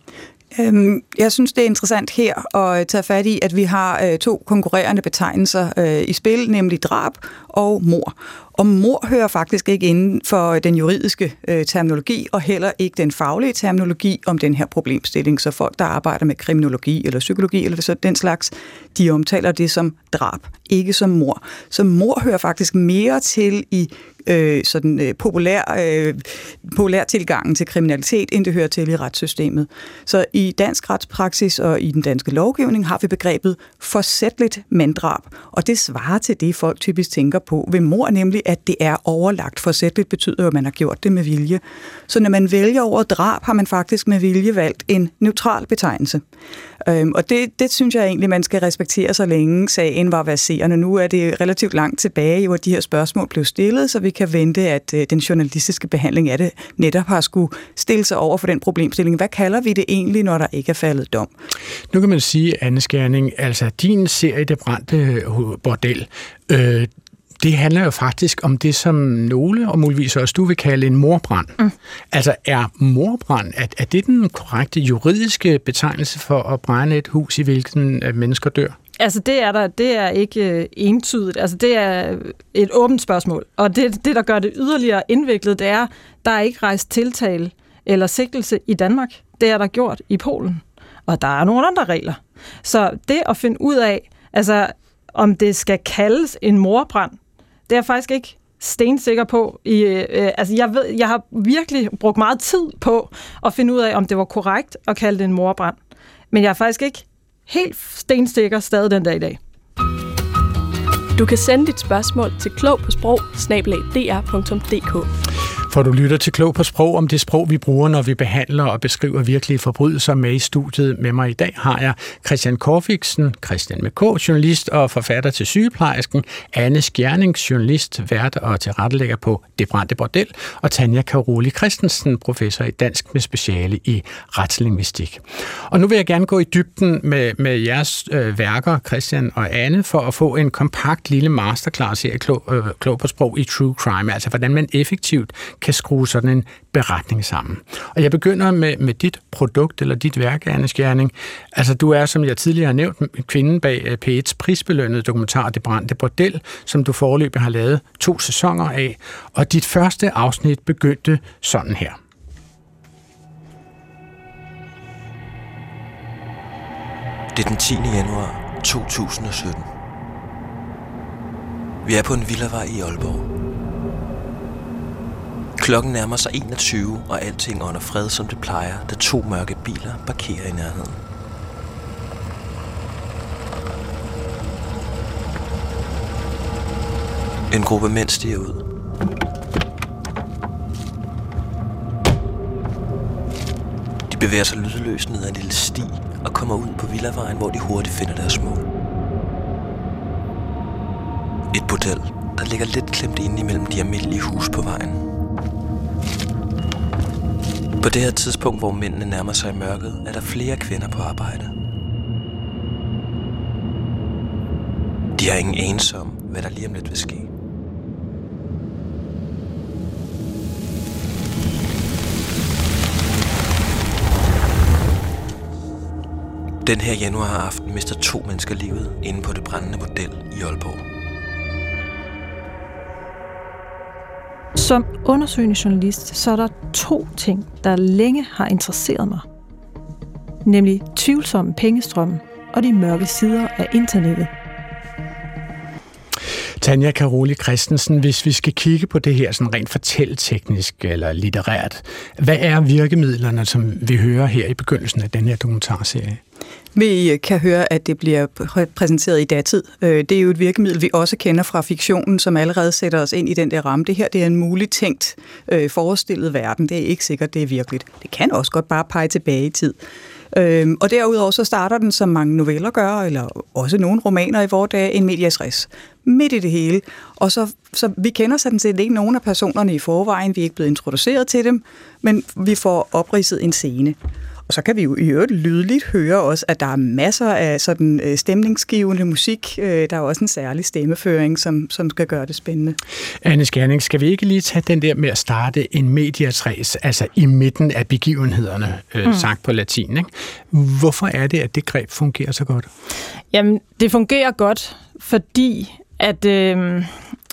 [SPEAKER 1] Jeg synes, det er interessant her at tage fat i, at vi har to konkurrerende betegnelser i spil, nemlig drab og mord. Og mord hører faktisk ikke inden for den juridiske terminologi, og heller ikke den faglige terminologi om den her problemstilling. Så folk, der arbejder med kriminologi eller psykologi eller så den slags, de omtaler det som drab, ikke som mord. Så mord hører faktisk mere til i øh, sådan øh, populær, øh, populær tilgangen til kriminalitet, end det hører til i retssystemet. Så i dansk retspraksis og i den danske lovgivning har vi begrebet forsætligt manddrab, og det svarer til det, folk typisk tænker på ved mord, nemlig at det er overlagt. Forsætligt betyder jo, at man har gjort det med vilje. Så når man vælger over drab, har man faktisk med vilje valgt en neutral betegnelse. Øhm, og det, det synes jeg egentlig, man skal respektere, så længe sagen var verserende. Nu er det relativt langt tilbage, hvor de her spørgsmål blev stillet, så vi kan vente, at øh, den journalistiske behandling af det netop har skulle stille sig over for den problemstilling. Hvad kalder vi det egentlig, når der ikke er faldet dom?
[SPEAKER 4] Nu kan man sige, Anne Skjerning, altså din serie, Det brændte bordel, øh, det handler jo faktisk om det, som nogle, og muligvis også du vil kalde en mordbrand. Mm. Altså er mordbrand, er, er det den korrekte juridiske betegnelse for at brænde et hus, i hvilken mennesker dør?
[SPEAKER 6] Altså det er der, det er ikke øh, entydigt. Altså det er et åbent spørgsmål. Og det, det, der gør det yderligere indviklet, det er, der er ikke rejst tiltale eller sigtelse i Danmark. Det er der gjort i Polen. Og der er nogle andre regler. Så det at finde ud af, altså om det skal kaldes en mordbrand, det er jeg faktisk ikke stensikker på. I, øh, altså jeg, ved, jeg har virkelig brugt meget tid på at finde ud af, om det var korrekt at kalde det en mordbrand. Men jeg er faktisk ikke helt stensikker stadig den dag i dag.
[SPEAKER 11] Du kan sende dit spørgsmål til klog på sprog snabel-a d r punktum d k.
[SPEAKER 4] For du lytter til Klog på Sprog om det sprog, vi bruger, når vi behandler og beskriver virkelige forbrydelser. Med i studiet med mig i dag har jeg Christian Corfixen, Christian med K, journalist og forfatter til Sygeplejersken, Anne Skjerning, journalist, vært og tilrettelægger på Det brændte bordel, og Tanja Caroli Christensen, professor i dansk med speciale i retslingvistik. Og nu vil jeg gerne gå i dybden med, med jeres øh, værker, Christian og Anne, for at få en kompakt lille masterclass her i Klog, øh, Klog på Sprog i True Crime, altså hvordan man effektivt kan skrue sådan en beretning sammen. Og jeg begynder med, med dit produkt, eller dit værk, Anne Skjerning. Altså, du er, som jeg tidligere har nævnt, kvinden bag P et's prisbelønnede dokumentar Det brændte bordel, som du foreløbig har lavet to sæsoner af. Og dit første afsnit begyndte sådan her.
[SPEAKER 12] Det er den tiende januar to tusind og sytten. Vi er på en villavej i Aalborg. Klokken nærmer sig enogtyve, og alting under fred, som det plejer, da to mørke biler parkerer i nærheden. En gruppe mænd stiger ud. De bevæger sig lydløst ned ad en lille sti og kommer ud på villavejen, hvor de hurtigt finder deres mål. Et bordel, der ligger lidt klemt inde imellem de almindelige hus på vejen. På det her tidspunkt, hvor mændene nærmer sig i mørket, er der flere kvinder på arbejde. De har ingen anelse om, hvad der lige om lidt vil ske. Den her januaraften mister to mennesker livet inde på det brændende bordel i Aalborg.
[SPEAKER 6] Som undersøgende journalist, så er der to ting, der længe har interesseret mig. Nemlig tvivlsomme pengestrømme og de mørke sider af internettet.
[SPEAKER 4] Tanja Caroli Christensen, hvis vi skal kigge på det her sådan rent fortælleteknisk eller litterært, hvad er virkemidlerne, som vi hører her i begyndelsen af den her dokumentarserie?
[SPEAKER 1] Vi kan høre, at det bliver præsenteret i datid. Det er jo et virkemiddel, vi også kender fra fiktionen, som allerede sætter os ind i den der ramme. Det her det er en muligt tænkt, forestillet verden. Det er ikke sikkert, det er virkeligt. Det kan også godt bare pege tilbage i tid. Og derudover så starter den, som mange noveller gør, eller også nogle romaner i vores dage, en medias res. Midt i det hele. Og så, så vi kender sådan set ikke nogen af personerne i forvejen. Vi er ikke blevet introduceret til dem, men vi får opridset en scene. Og så kan vi jo i øvrigt lydligt høre også, at der er masser af sådan stemningsgivende musik. Der er også en særlig stemmeføring, som, som skal gøre det spændende.
[SPEAKER 4] Anne Skjerning, skal vi ikke lige tage den der med at starte en medias res, altså i midten af begivenhederne, øh, mm. sagt på latin, ikke? Hvorfor er det, at det greb fungerer så godt?
[SPEAKER 6] Jamen, det fungerer godt, fordi at... Øh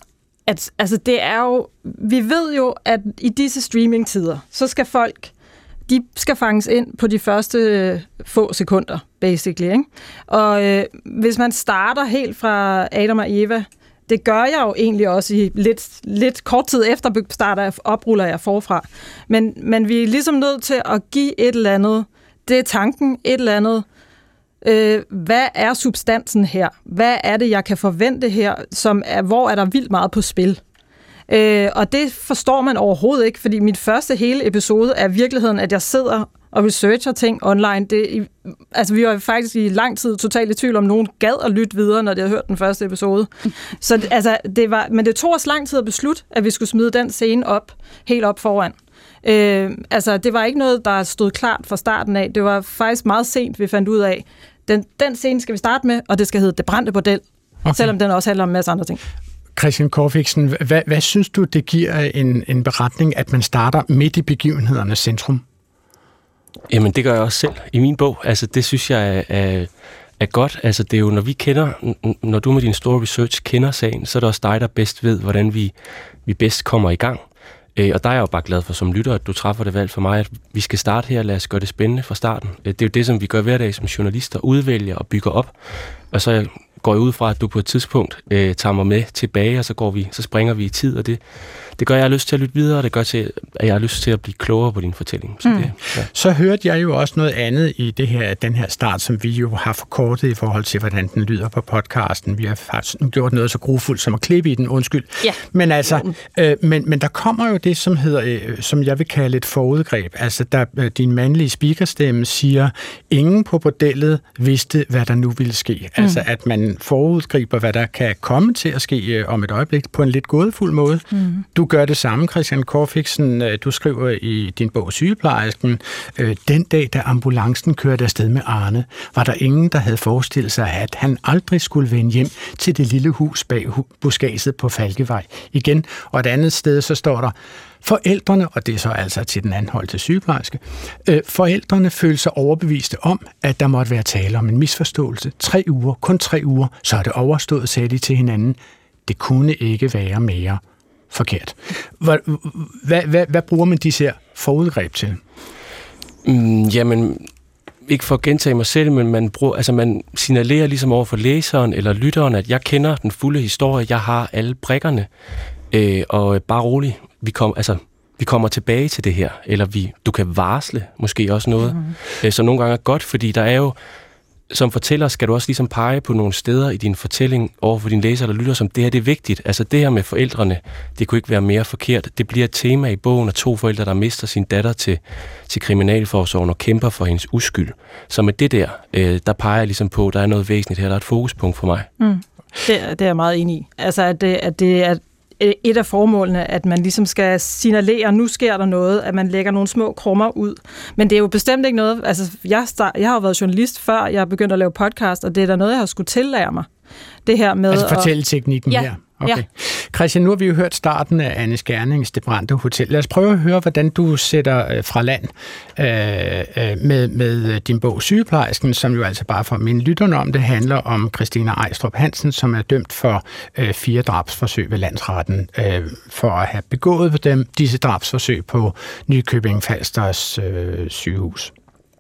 [SPEAKER 6] At, altså det er jo, vi ved jo, at i disse streamingtider, så skal folk, de skal fanges ind på de første øh, få sekunder, basically, ikke? Og øh, hvis man starter helt fra Adam og Eva, det gør jeg jo egentlig også i lidt, lidt kort tid efter starter jeg, opruller jeg forfra. Men, men vi er ligesom nødt til at give et eller andet, det er tanken, et eller andet. Øh, hvad er substansen her? Hvad er det, jeg kan forvente her, som er, hvor er der vildt meget på spil? Øh, og det forstår man overhovedet ikke, fordi mit første hele episode er virkeligheden, at jeg sidder og researcher ting online. Det, altså, vi var faktisk i lang tid totalt i tvivl om, nogen gad at lytte videre, når de havde hørt den første episode. Så altså, det var, men det tog os lang tid at beslutte, at vi skulle smide den scene op, helt op foran. Øh, altså, det var ikke noget, der stod klart fra starten af. Det var faktisk meget sent, vi fandt ud af, den, den scene skal vi starte med, og det skal hedde Det brændte bordel, okay. Selvom den også handler om en masse andre ting.
[SPEAKER 4] Christian Corfixen, hvad, hvad synes du, det giver en, en beretning, at man starter midt i begivenhedernes centrum?
[SPEAKER 5] Jamen, det gør jeg også selv i min bog. Altså, det synes jeg er, er, er godt. Altså, det er jo, når vi kender, når du med din store research kender sagen, så er det også dig, der bedst ved, hvordan vi, vi bedst kommer i gang. Og der er jeg jo bare glad for som lytter, at du træffer det valg for mig, at vi skal starte her, lad os gøre det spændende fra starten. Det er jo det, som vi gør hver dag som journalister, udvælger og bygger op. Og så går jeg ud fra, at du på et tidspunkt øh, tager mig med tilbage, og så, går vi, så springer vi i tid, og det, det gør, at jeg har lyst til at lytte videre, og det gør, til, at jeg har lyst til at blive klogere på din fortælling. Så, mm. det, ja.
[SPEAKER 4] Så hørte jeg jo også noget andet i det her, den her start, som vi jo har forkortet i forhold til, hvordan den lyder på podcasten. Vi har faktisk nu gjort noget så grufuldt som at klippe i den, undskyld.
[SPEAKER 6] Ja.
[SPEAKER 4] Men altså, øh, men, men der kommer jo det, som hedder, øh, som jeg vil kalde et forudgreb. Altså, der øh, din mandlige speakerstemme siger, ingen på bordellet vidste, hvad der nu ville ske. Mm. Altså, at man forudgriber, hvad der kan komme til at ske øh, om et øjeblik, på en lidt gådefuld måde. Mm. Du gør det samme, Christian Corfixen. Du skriver i din bog Sygeplejersken, øh, den dag, da ambulancen kørte afsted med Arne, var der ingen, der havde forestillet sig, at han aldrig skulle vende hjem til det lille hus bag buskaget på Falkevej igen. Og et andet sted, så står der, forældrene, og det er så altså til den anholdte sygeplejerske, øh, forældrene følte sig overbeviste om, at der måtte være tale om en misforståelse. Tre uger, kun tre uger, så er det overstået, sagde de til hinanden. Det kunne ikke være mere forkert. Hvad, hvad, hvad, hvad bruger man disse her forudgreb til?
[SPEAKER 5] Mm, jamen, ikke for at gentage mig selv, men man, bruger, altså man signalerer ligesom over for læseren eller lytteren, at jeg kender den fulde historie, jeg har alle brikkerne, øh, og bare rolig, vi, kom, altså, vi kommer tilbage til det her, eller vi, du kan varsle måske også noget, mm-hmm. øh, som nogle gange er godt, fordi der er jo, som fortæller, skal du også ligesom pege på nogle steder i din fortælling over for dine læsere eller lytter, som det her det er vigtigt. Altså det her med forældrene, det kunne ikke være mere forkert. Det bliver et tema i bogen af to forældre, der mister sin datter til, til kriminalforsorgen og kæmper for hendes uskyld. Så med det der, øh, der peger jeg ligesom på, der er noget væsentligt her, der er et fokuspunkt for mig.
[SPEAKER 6] Mm. Det, det er jeg meget enig i. Altså at det, at det er et af formålene, at man ligesom skal signalere, nu sker der noget, at man lægger nogle små krummer ud. Men det er jo bestemt ikke noget, altså jeg, start, jeg har jo været journalist før, jeg begyndte at lave podcast, og det er da noget, jeg har skulle tillære mig. Det her med
[SPEAKER 4] altså fortælleteknikken
[SPEAKER 6] ja,
[SPEAKER 4] her. Okay.
[SPEAKER 6] Ja.
[SPEAKER 4] Christian, nu har vi jo hørt starten af Anne Skærnings Det brændte hotel. Lad os prøve at høre, hvordan du sætter øh, fra land øh, øh, med, med din bog Sygeplejersken, som jo altså bare for mine lytterne om, det handler om Christina Ejstrup Hansen, som er dømt for øh, fire drabsforsøg ved landsretten øh, for at have begået dem, disse drabsforsøg på Nykøbing Falsters øh, sygehus.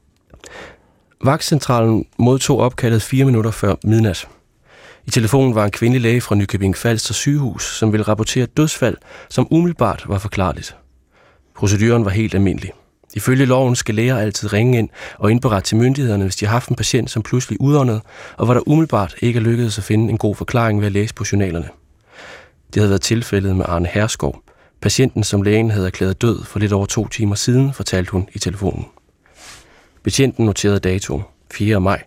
[SPEAKER 5] Vagtcentralen modtog opkaldet fire minutter før midnat. I telefonen var en kvindelig læge fra Nykøbing Falster sygehus, som ville rapportere et dødsfald, som umiddelbart var forklarligt. Proceduren var helt almindelig. Ifølge loven skal læger altid ringe ind og indberette til myndighederne, hvis de har haft en patient, som pludselig udåndede, og hvor der umiddelbart ikke er lykkedes at finde en god forklaring ved at læse på journalerne. Det havde været tilfældet med Arne Herskov. Patienten, som lægen havde erklæret død for lidt over to timer siden, fortalte hun i telefonen. Betjenten noterede datoen fjerde maj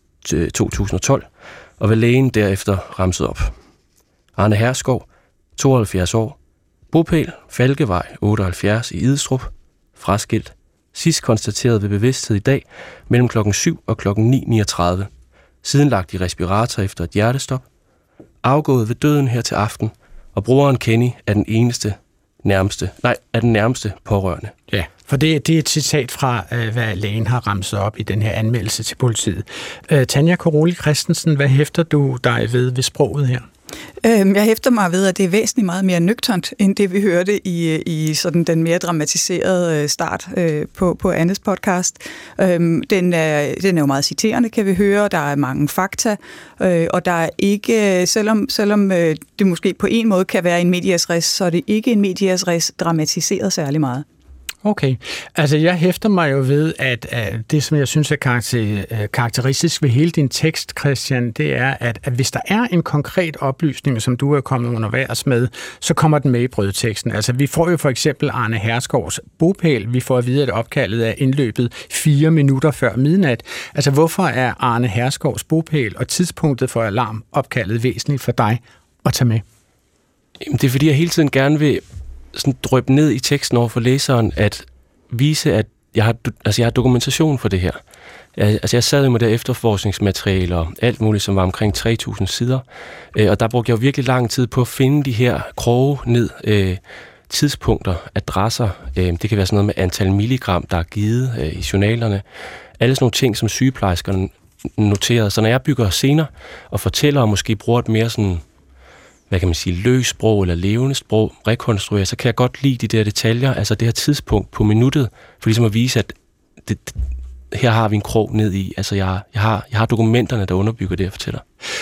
[SPEAKER 5] to tusind og tolv, og hvad lægen derefter ramsede op. Arne Herskov, tooghalvfjerds år, bopæl Falkevej otteoghalvfjerds i Idstrup, fraskilt, sidst konstateret ved bevidsthed i dag mellem klokken syv og klokken ni niogtredive, siden lagt i respirator efter et hjertestop, afgået ved døden her til aften, og brugeren Kenny er den eneste nærmeste, nej, er den nærmeste pårørende.
[SPEAKER 4] Ja, for det, det er et citat fra, øh, hvad lægen har ramset op i den her anmeldelse til politiet. Øh, Tanja Koroli Christensen, hvad hæfter du dig ved ved sproget her?
[SPEAKER 1] Øhm, jeg hæfter mig ved, at det er væsentligt meget mere nøgternt, end det vi hørte i, i sådan den mere dramatiserede start øh, på, på Annes podcast. Øhm, den, er, den er jo meget citerende, kan vi høre. Der er mange fakta, øh, og der er ikke, selvom, selvom øh, det måske på en måde kan være en medias res, så er det ikke en medias res dramatiseret særlig meget.
[SPEAKER 4] Okay. Altså, jeg hæfter mig jo ved, at, at det, som jeg synes er karakter, karakteristisk ved hele din tekst, Christian, det er, at, at hvis der er en konkret oplysning, som du er kommet undervejs med, så kommer den med i brødteksten. Altså, vi får jo for eksempel Arne Herskovs bopæl. Vi får at vide, at opkaldet er indløbet fire minutter før midnat. Altså, hvorfor er Arne Herskovs bopæl og tidspunktet for alarm opkaldet væsentligt for dig at tage med?
[SPEAKER 5] Jamen, det er, fordi jeg hele tiden gerne vil sådan drøbe ned i teksten over for læseren, at vise, at jeg har, altså jeg har dokumentation for det her. Jeg, altså jeg sad jo med der efterforskningsmateriale og alt muligt, som var omkring tre tusind sider, øh, og der brugte jeg jo virkelig lang tid på at finde de her kroge ned, øh, tidspunkter, adresser, øh, det kan være sådan noget med antal milligram, der er givet øh, i journalerne, alle sådan nogle ting, som sygeplejerskerne noterede. Så når jeg bygger scener og fortæller, og måske bruger et mere sådan, hvad kan man sige, løs sprog eller levende sprog, rekonstruere, så kan jeg godt lide de der detaljer, altså det her tidspunkt på minuttet, for ligesom at vise, at det, her har vi en krog ned i, altså jeg, jeg, har, jeg har dokumenterne, der underbygger det, jeg fortæller.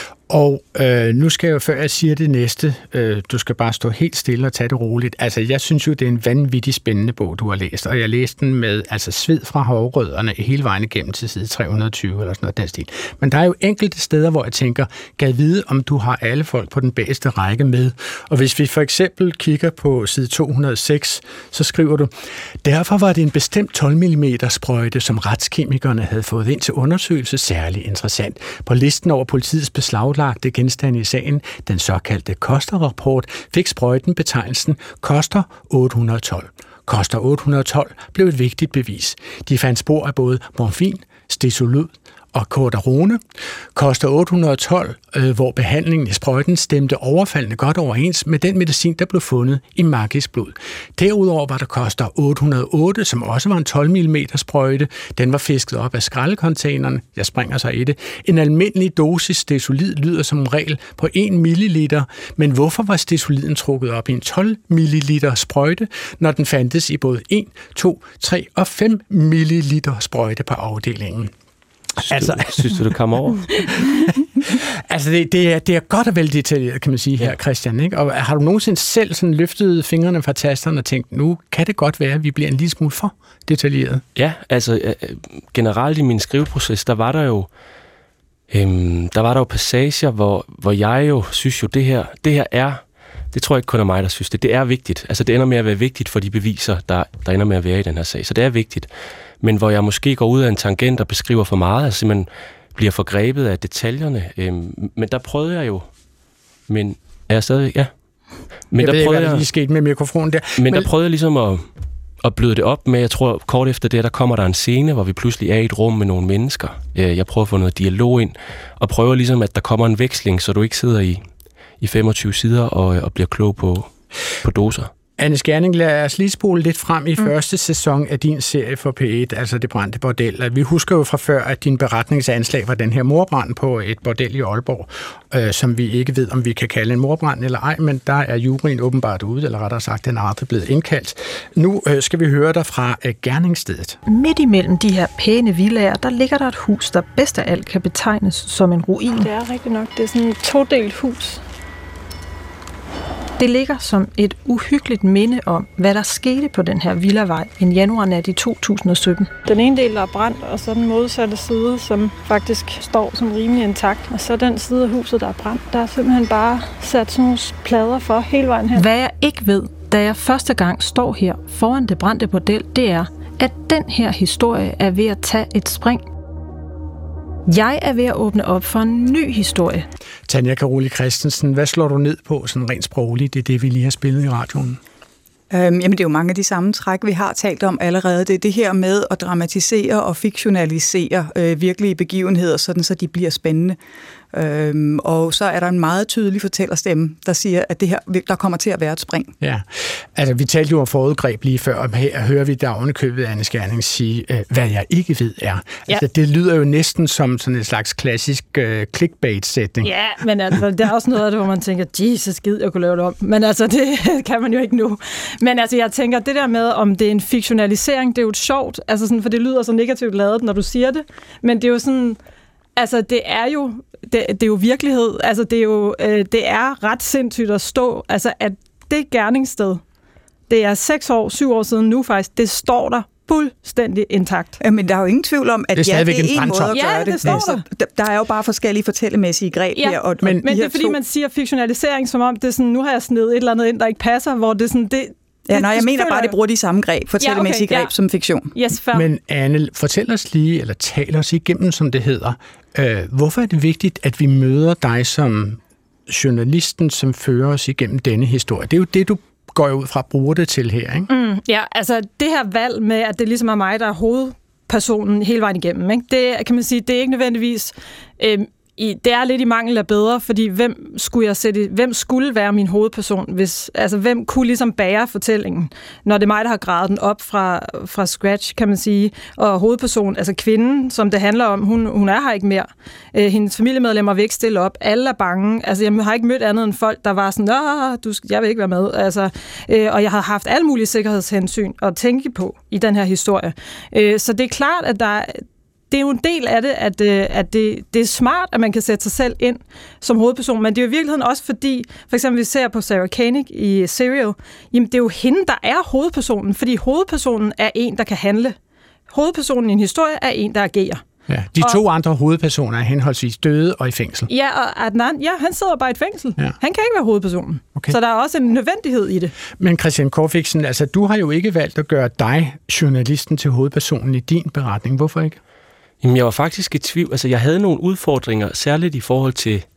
[SPEAKER 4] Og øh, nu skal jeg jo, før jeg siger det næste, øh, du skal bare stå helt stille og tage det roligt. Altså, jeg synes jo, det er en vanvittig spændende bog, du har læst, og jeg læste den med altså sved fra havrødderne hele vejen igennem til side tre hundrede og tyve eller sådan noget den stil. Men der er jo enkelte steder, hvor jeg tænker, gad vide, om du har alle folk på den bedste række med. Og hvis vi for eksempel kigger på side to hundrede og seks, så skriver du, derfor var det en bestemt tolv millimeter sprøjte, som retskemikerne havde fået ind til undersøgelse, særlig interessant. På listen over politiets beslag lagte genstande i sagen, den såkaldte Koster-rapport, fik sprøjten betegnelsen Koster otte hundrede og tolv. Koster otte hundrede og tolv blev et vigtigt bevis. De fandt spor af både morfin, stesolid og cordarone. Koster otte hundrede og tolv, øh, hvor behandlingen i sprøjten stemte overfaldende godt overens med den medicin, der blev fundet i Magis blod. Derudover var der Koster otte hundrede og otte, som også var en tolv millimeter sprøjte. Den var fisket op af skraldecontaineren. Jeg springer så i det. En almindelig dosis stesolid lyder som regel på en milliliter, men hvorfor var stesoliden trukket op i en tolv milliliter sprøjte, når den fandtes i både en, to, tre og fem milliliter sprøjte på afdelingen?
[SPEAKER 5] Synes, altså, du, synes du, det kommer over?
[SPEAKER 4] altså, det, det, er, det er godt og vel detaljeret, kan man sige her, Christian. Ikke? Og har du nogensinde selv sådan løftet fingrene fra tasterne og tænkt, nu kan det godt være, at vi bliver en lille smule for detaljeret?
[SPEAKER 5] Ja, altså generelt i min skriveproces, der var der jo øhm, der var der jo passager, hvor, hvor jeg jo synes jo, det her, det her er, det tror jeg ikke kun er mig, der synes det, det er vigtigt. Altså det ender med at være vigtigt for de beviser, der, der ender med at være i den her sag. Så det er vigtigt. Men hvor jeg måske går ud af en tangent og beskriver for meget, altså simpelthen bliver forgrebet af detaljerne. Øhm, men der prøvede jeg jo, men er jeg stadig, ja.
[SPEAKER 4] Men jeg der ved ikke, hvad der lige skete med mikrofonen der.
[SPEAKER 5] Men, men der prøvede jeg ligesom at, at bløde det op med, jeg tror kort efter det, der kommer der en scene, hvor vi pludselig er i et rum med nogle mennesker. Jeg prøver at få noget dialog ind, og prøver ligesom, at der kommer en veksling, så du ikke sidder i, i femogtyve sider og, og bliver klog på, på doser.
[SPEAKER 4] Anne Skjerning, lad os lige spole lidt frem i mm. første sæson af din serie for P et, altså Det brændte bordel. Vi husker jo fra før, at din beretningsanslag var den her mordbrand på et bordel i Aalborg, øh, som vi ikke ved, om vi kan kalde en mordbrand eller ej, men der er juryen åbenbart ude, eller rettere sagt, den er aldrig blevet indkaldt. Nu øh, skal vi høre dig fra øh, gerningsstedet.
[SPEAKER 6] Midt imellem de her pæne villager, der ligger der et hus, der bedst af alt kan betegnes som en ruin. Det er rigtigt nok. Det er sådan et todelt hus. Det ligger som et uhyggeligt minde om, hvad der skete på den her villavej en januarnat i to tusind og sytten. Den ene del er brændt, og så den modsatte side, som faktisk står som rimelig intakt. Og så den side af huset, der er brændt, der er simpelthen bare sat sådan nogle plader for hele vejen her. Hvad jeg ikke ved, da jeg første gang står her foran det brændte bordel, det er, at den her historie er ved at tage et spring. Jeg er ved at åbne op for en ny historie.
[SPEAKER 4] Tanja Caroli Christensen, hvad slår du ned på sådan rent sprogligt? Det er det, vi lige har spillet i radioen.
[SPEAKER 1] Øhm, jamen, det er jo mange af de samme træk, vi har talt om allerede. Det er det her med at dramatisere og fiktionalisere øh, virkelige begivenheder, sådan så de bliver spændende. Øhm, og så er der en meget tydelig fortællerstemme, der siger, at det her, der kommer til at være et spring.
[SPEAKER 4] Ja, altså vi talte jo om forudgreb lige før, og her hører vi der ovenikøbet Anne Skjerning sige, øh, hvad jeg ikke ved er. Ja. Altså det lyder jo næsten som sådan en slags klassisk øh, clickbait-sætning.
[SPEAKER 6] Ja, men altså, der er også noget af det, hvor man tænker, Jesus, skid, jeg kunne lave det om. Men altså, det kan man jo ikke nu. Men altså, jeg tænker, det der med, om det er en fiktionalisering, det er jo et sjovt, altså sådan, for det lyder så negativt ladet, når du siger det, men det er jo sådan, altså det er jo, det, det er jo virkelighed, altså det er jo, øh, det er ret sindssygt at stå, altså at det gerningssted, det er seks år, syv år siden nu faktisk, det står der fuldstændig intakt.
[SPEAKER 1] Ja, men der er jo ingen tvivl om, at
[SPEAKER 4] det er,
[SPEAKER 1] ja, det er en, en måde at
[SPEAKER 6] ja,
[SPEAKER 1] gøre det.
[SPEAKER 6] det står
[SPEAKER 1] der. Der er jo bare forskellige fortællemæssige greb
[SPEAKER 6] ja,
[SPEAKER 1] her. Og,
[SPEAKER 6] men,
[SPEAKER 1] og
[SPEAKER 6] men det er fordi, to... man siger fiktionalisering, som om det er sådan, nu har jeg snedet et eller andet ind, der ikke passer, hvor det er sådan, det...
[SPEAKER 1] Ja, nej, jeg mener bare, at de bruger de samme greb, fortællemæssige ja, okay, greb ja. som fiktion.
[SPEAKER 6] Yes, fair.
[SPEAKER 4] Men Anne, fortæl os lige, eller tal os igennem, som det hedder. Øh, hvorfor er det vigtigt, at vi møder dig som journalisten, som fører os igennem denne historie? Det er jo det, du går ud fra at bruge det til her, ikke?
[SPEAKER 6] Mm, ja, altså det her valg med, at det ligesom er mig, der er hovedpersonen hele vejen igennem, ikke? Det kan man sige, det er ikke nødvendigvis... Øh, I, det er lidt i mangel af bedre, fordi hvem skulle jeg sætte, hvem skulle være min hovedperson, hvis, altså hvem kunne ligesom bære fortællingen, når det er mig, der har gravet den op fra, fra scratch, kan man sige, og hovedpersonen, altså kvinden, som det handler om, hun, hun er her ikke mere. Øh, hendes familiemedlemmer vil ikke stille op, alle er bange, altså jeg har ikke mødt andet end folk, der var sådan, Åh, du, jeg vil ikke være med, altså, øh, og jeg har haft alle mulige sikkerhedshensyn at tænke på i den her historie. Øh, så det er klart, at der det er jo en del af det, at, at det, det er smart, at man kan sætte sig selv ind som hovedperson, men det er jo i virkeligheden også fordi, for eksempel vi ser på Sarah Koenig i Serial, jamen det er jo hende, der er hovedpersonen, fordi hovedpersonen er en, der kan handle. Hovedpersonen i en historie er en, der agerer.
[SPEAKER 4] Ja, de og, to andre hovedpersoner er henholdsvis døde og i fængsel.
[SPEAKER 6] Ja, og Adnan, ja, han sidder bare i et fængsel. Ja. Han kan ikke være hovedpersonen. Okay. Så der er også en nødvendighed i det.
[SPEAKER 4] Men Christian Corfixen, altså du har jo ikke valgt at gøre dig, journalisten, til hovedpersonen i din beretning. Hvorfor ikke?
[SPEAKER 5] Jamen, jeg var faktisk i tvivl. Altså, jeg havde nogle udfordringer, særligt i forhold til...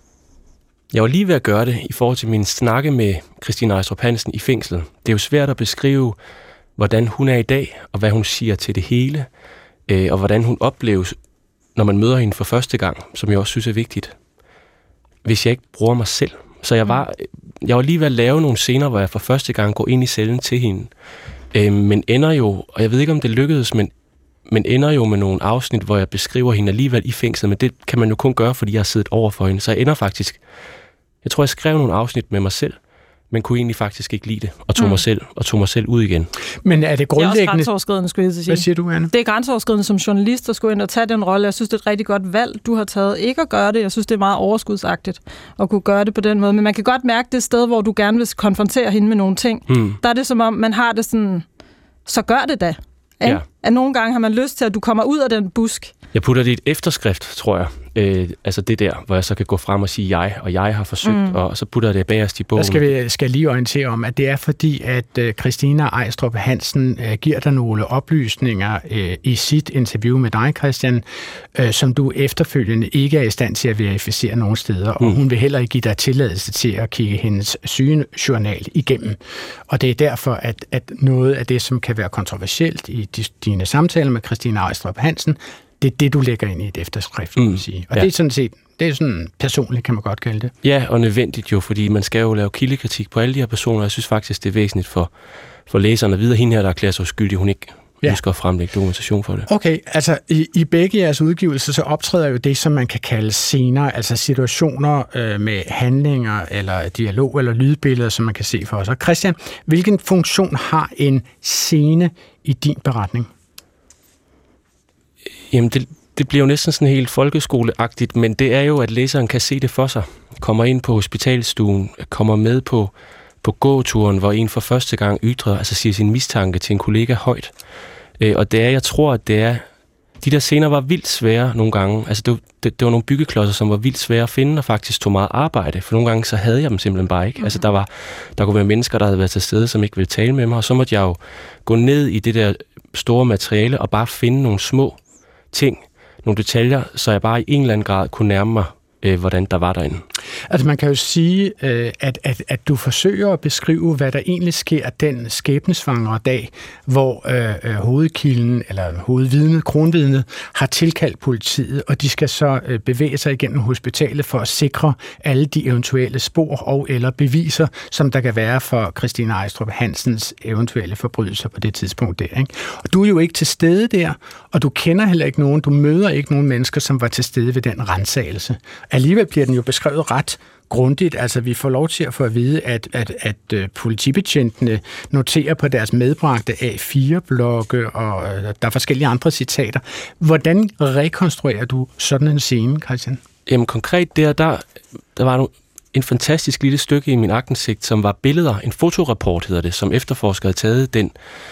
[SPEAKER 5] Jeg var lige ved at gøre det i forhold til min snakke med Christine Ejstrup Hansen i fængslet. Det er jo svært at beskrive, hvordan hun er i dag, og hvad hun siger til det hele, øh, og hvordan hun opleves, når man møder hende for første gang, som jeg også synes er vigtigt, hvis jeg ikke bruger mig selv. Så jeg var, jeg var lige ved at lave nogle scener, hvor jeg for første gang går ind i cellen til hende, øh, men ender jo, og jeg ved ikke, om det lykkedes, men men ender jo med nogle afsnit, hvor jeg beskriver hende alligevel i fængslet, men det kan man jo kun gøre, fordi jeg har siddet over for hende. Så jeg ender faktisk... Jeg tror, jeg skrev nogle afsnit med mig selv, men kunne egentlig faktisk ikke lide det, og tog, mm. mig, selv, og tog mig selv ud igen.
[SPEAKER 4] Men er det grundlæggende...
[SPEAKER 6] Det er også grænseoverskridende, skulle jeg sige.
[SPEAKER 4] Hvad siger du, Anne?
[SPEAKER 6] Det er grænseoverskridende som journalist, der skulle ind og tage den rolle. Jeg synes, det er et rigtig godt valg, du har taget ikke at gøre det. Jeg synes, det er meget overskudsagtigt at kunne gøre det på den måde. Men man kan godt mærke det sted, hvor du gerne vil konfrontere hende med nogle ting. Mm. Der er det som om, man har det sådan... Så gør det da. Ja. at nogle gange har man lyst til, at du kommer ud af den busk.
[SPEAKER 5] Jeg putter det i et efterskrift, tror jeg. Øh, altså det der, hvor jeg så kan gå frem og sige jeg, og jeg har forsøgt, mm. og så putter jeg det bagerst i bogen.
[SPEAKER 4] Der skal vi skal lige orientere om, at det er fordi, at uh, Christina Ejstrup Hansen uh, giver dig nogle oplysninger uh, i sit interview med dig, Christian, uh, som du efterfølgende ikke er i stand til at verificere nogen steder, mm. og hun vil heller ikke give dig tilladelse til at kigge hendes sygejournal igennem. Og det er derfor, at, at noget af det, som kan være kontroversielt i de, dine samtaler med Christina Ejstrup Hansen, det er det, du lægger ind i et efterskrift, mm. sige. Og ja. det er sådan set, det er sådan personligt, kan man godt kalde det.
[SPEAKER 5] Ja, og nødvendigt jo, fordi man skal jo lave kildekritik på alle de her personer. Jeg synes faktisk, det er væsentligt for, for læserne at vide, at hende her, der erklærer sig uskyldig, hun ikke ja. ønsker at fremlægge dokumentation for det.
[SPEAKER 4] Okay, altså i, i begge jeres udgivelser, så optræder jo det, som man kan kalde scener, altså situationer øh, med handlinger, eller dialog, eller lydbilleder, som man kan se for os. Og Christian, hvilken funktion har en scene i din beretning?
[SPEAKER 5] Jamen, det, det bliver jo næsten sådan helt folkeskoleagtigt, men det er jo, at læseren kan se det for sig. Kommer ind på hospitalstuen, kommer med på, på gåturen, hvor en for første gang ytrer, altså siger sin mistanke til en kollega højt. Øh, og det er, jeg tror, at det er, de der scener var vildt svære nogle gange. Altså, det, det, det var nogle byggeklodser, som var vildt svære at finde, og faktisk tog meget arbejde, for nogle gange så havde jeg dem simpelthen bare ikke. Mm-hmm. Altså, der var, der kunne være mennesker, der havde været til stede, som ikke ville tale med mig, og så måtte jeg jo gå ned i det der store materiale og bare finde nogle små ting, nogle detaljer, så jeg bare i en eller anden grad kunne nærme mig, øh, hvordan der var derinde.
[SPEAKER 4] Altså man kan jo sige, øh, at, at, at du forsøger at beskrive, hvad der egentlig sker den skæbnesvangre dag, hvor øh, hovedkilden, eller hovedvidnet, kronvidnet, har tilkaldt politiet, og de skal så øh, bevæge sig igennem hospitalet for at sikre alle de eventuelle spor og eller beviser, som der kan være for Christina Ejstrup Hansens eventuelle forbrydelser på det tidspunkt der. Ikke? Og du er jo ikke til stede der, og du kender heller ikke nogen, du møder ikke nogen mennesker, som var til stede ved den ransagelse. Alligevel bliver den jo beskrevet ret grundigt. Altså, vi får lov til at få at vide, at, at, at, at politibetjentene noterer på deres medbragte A fire blokke, og uh, der er forskellige andre citater. Hvordan rekonstruerer du sådan en scene, Christian?
[SPEAKER 5] Jamen, konkret der, der, der var en fantastisk lille stykke i min aktindsigt, som var billeder, en fotorapport hedder det, som efterforskere havde taget den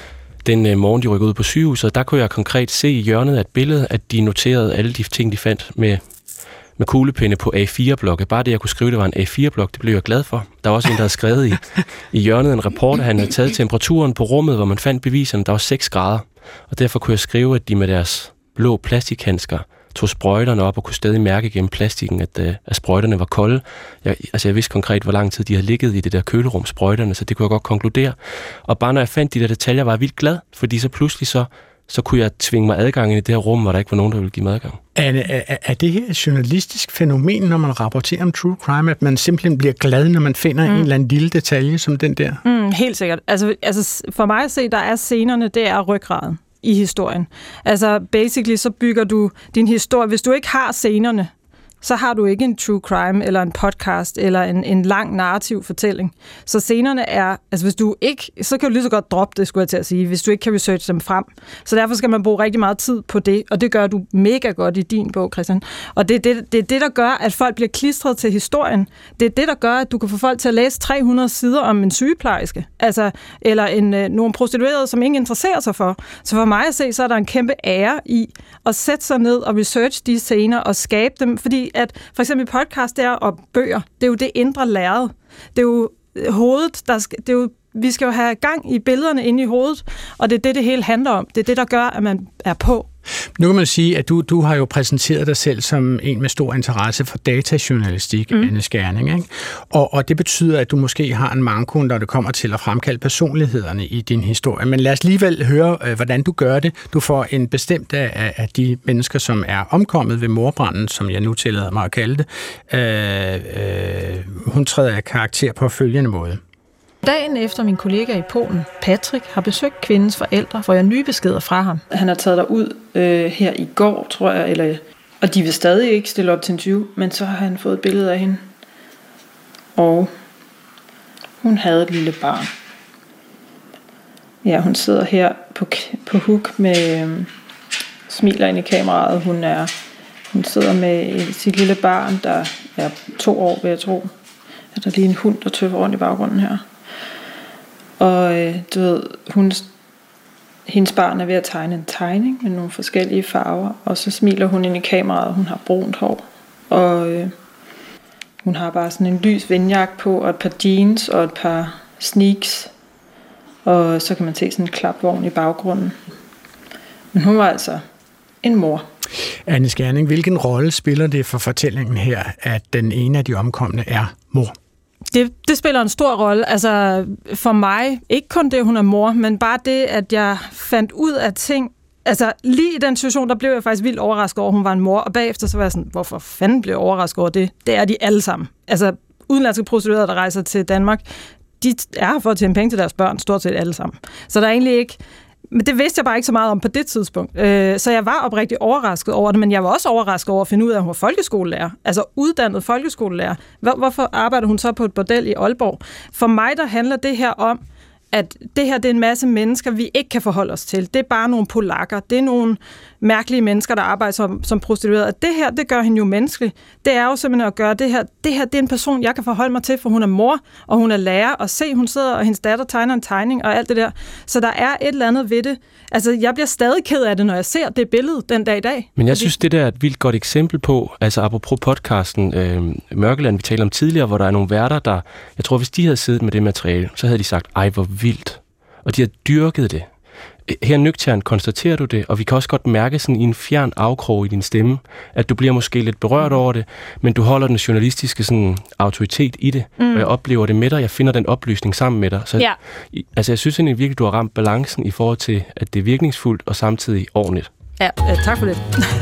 [SPEAKER 5] Den øh, morgen, de rykkede ud på sygehuset. Der kunne jeg konkret se i hjørnet af et billede, at de noterede alle de ting, de fandt med, med kuglepenne på A fire blokke. Bare det, jeg kunne skrive, det var en A fire blok, det blev jeg glad for. Der var også en, der havde skrevet i, i hjørnet en rapport, at han havde taget temperaturen på rummet, hvor man fandt beviserne. Der var seks grader. Og derfor kunne jeg skrive, at de med deres blå plastikhandsker tog sprøjterne op og kunne stadig mærke gennem plastikken, at, uh, at sprøjterne var kolde. Jeg, altså jeg vidste konkret, hvor lang tid de havde ligget i det der kølerum, sprøjterne, så det kunne jeg godt konkludere. Og bare når jeg fandt de der detaljer, var jeg vildt glad, fordi så pludselig så, så kunne jeg tvinge mig adgang ind i det her rum, hvor der ikke var nogen, der ville give mig adgang.
[SPEAKER 4] Er, er, er det her et journalistisk fænomen, når man rapporterer om true crime, at man simpelthen bliver glad, når man finder mm. en eller anden lille detalje som den der?
[SPEAKER 6] Mm, helt sikkert. Altså, altså for mig at se, der er scenerne, det er ryggraden i historien. Altså, basically, så bygger du din historie. Hvis du ikke har scenerne, så har du ikke en true crime, eller en podcast, eller en, en lang narrativ fortælling. Så scenerne er, altså hvis du ikke, så kan du lige så godt droppe det, skulle jeg til at sige, hvis du ikke kan researche dem frem. Så derfor skal man bruge rigtig meget tid på det, og det gør du mega godt i din bog, Christian. Og det er det, det, er det der gør, at folk bliver klistret til historien. Det er det, der gør, at du kan få folk til at læse tre hundrede sider om en sygeplejerske, altså, eller en, øh, nogle prostituerede, som ingen interesserer sig for. Så for mig at se, så er der en kæmpe ære i at sætte sig ned og researche de scener og skabe dem, fordi at for eksempel podcast der og bøger, det er jo det indre lærred. Det er jo hovedet, der skal, det er jo, vi skal jo have gang i billederne inde i hovedet, og det er det, det hele handler om. Det er det, der gør, at man er på.
[SPEAKER 4] Nu kan man sige, at du, du har jo præsenteret dig selv som en med stor interesse for datajournalistik, mm. Anne Skærning, ikke? Og, og det betyder, at du måske har en manko, når det kommer til at fremkalde personlighederne i din historie. Men lad os alligevel høre, hvordan du gør det. Du får en bestemt af, af de mennesker, som er omkommet ved mordbranden, som jeg nu tillader mig at kalde det. Øh, øh, hun træder af karakter på følgende måde.
[SPEAKER 6] Dagen efter min kollega i Polen, Patrick, har besøgt kvindens forældre, får jeg nye beskeder fra ham. Han har taget derud øh, her i går, tror jeg, eller, og de vil stadig ikke stille op til interview, men så har han fået et billede af hende. Og hun havde et lille barn. Ja, hun sidder her på, på hook med øh, smiler ind i kameraet. Hun, er, hun sidder med sit lille barn, der er to år, vil jeg tro. Er der lige en hund, der tøffer rundt i baggrunden her. Og øh, du ved, hun, hendes barn er ved at tegne en tegning med nogle forskellige farver, og så smiler hun ind i kameraet, og hun har brunt hår, og øh, hun har bare sådan en lys vindjakke på, og et par jeans og et par sneaks, og så kan man se sådan en klapvogn i baggrunden. Men hun var altså en mor.
[SPEAKER 4] Anne Skærning, hvilken rolle spiller det for fortællingen her, at den ene af de omkomne er mor?
[SPEAKER 6] Det, det spiller en stor rolle. Altså for mig, ikke kun det, hun er mor, men bare det, at jeg fandt ud af ting. Altså lige i den situation, der blev jeg faktisk vildt overrasket over, at hun var en mor, og bagefter så var jeg sådan, hvorfor fanden blev jeg overrasket over det? Det er de alle sammen. Altså udenlandske prostituerede, der rejser til Danmark, de er her for at tjene penge til deres børn, stort set alle sammen. Så der er egentlig ikke... Men det vidste jeg bare ikke så meget om på det tidspunkt. Så jeg var oprigtigt overrasket over det, men jeg var også overrasket over at finde ud af, at hun var folkeskolelærer. Altså uddannet folkeskolelærer. Hvorfor arbejder hun så på et bordel i Aalborg? For mig, der handler det her om, at det her det er en masse mennesker, vi ikke kan forholde os til. Det er bare nogle polakker. Det er nogle mærkelige mennesker, der arbejder som, som prostituerede. Og det her, det gør hende jo menneskelig. Det er jo simpelthen at gøre det her. Det her, det er en person, jeg kan forholde mig til, for hun er mor, og hun er lærer, og se, hun sidder, og hendes datter tegner en tegning, og alt det der. Så der er et eller andet ved det. Altså, jeg bliver stadig ked af det, når jeg ser det billede den dag i dag.
[SPEAKER 5] Men jeg
[SPEAKER 6] Fordi...
[SPEAKER 5] synes, det der er et vildt godt eksempel på, altså apropos podcasten øh, Mørkeland, vi talte om tidligere, hvor der er nogle værter, der, jeg tror, hvis de havde siddet med det materiale, så havde de sagt, ej, hvor vildt. Og de har dyrket det. Her nøgtern konstaterer du det, og vi kan også godt mærke sådan i en fjern afkrog i din stemme, at du bliver måske lidt berørt over det, men du holder den journalistiske sådan, autoritet i det, mm. og jeg oplever det med dig, jeg finder den oplysning sammen med dig. Så,
[SPEAKER 6] ja.
[SPEAKER 5] Altså jeg synes egentlig virkelig, du har ramt balancen i forhold til, at det er virkningsfuldt og samtidig ordentligt.
[SPEAKER 6] Ja, øh, tak for det.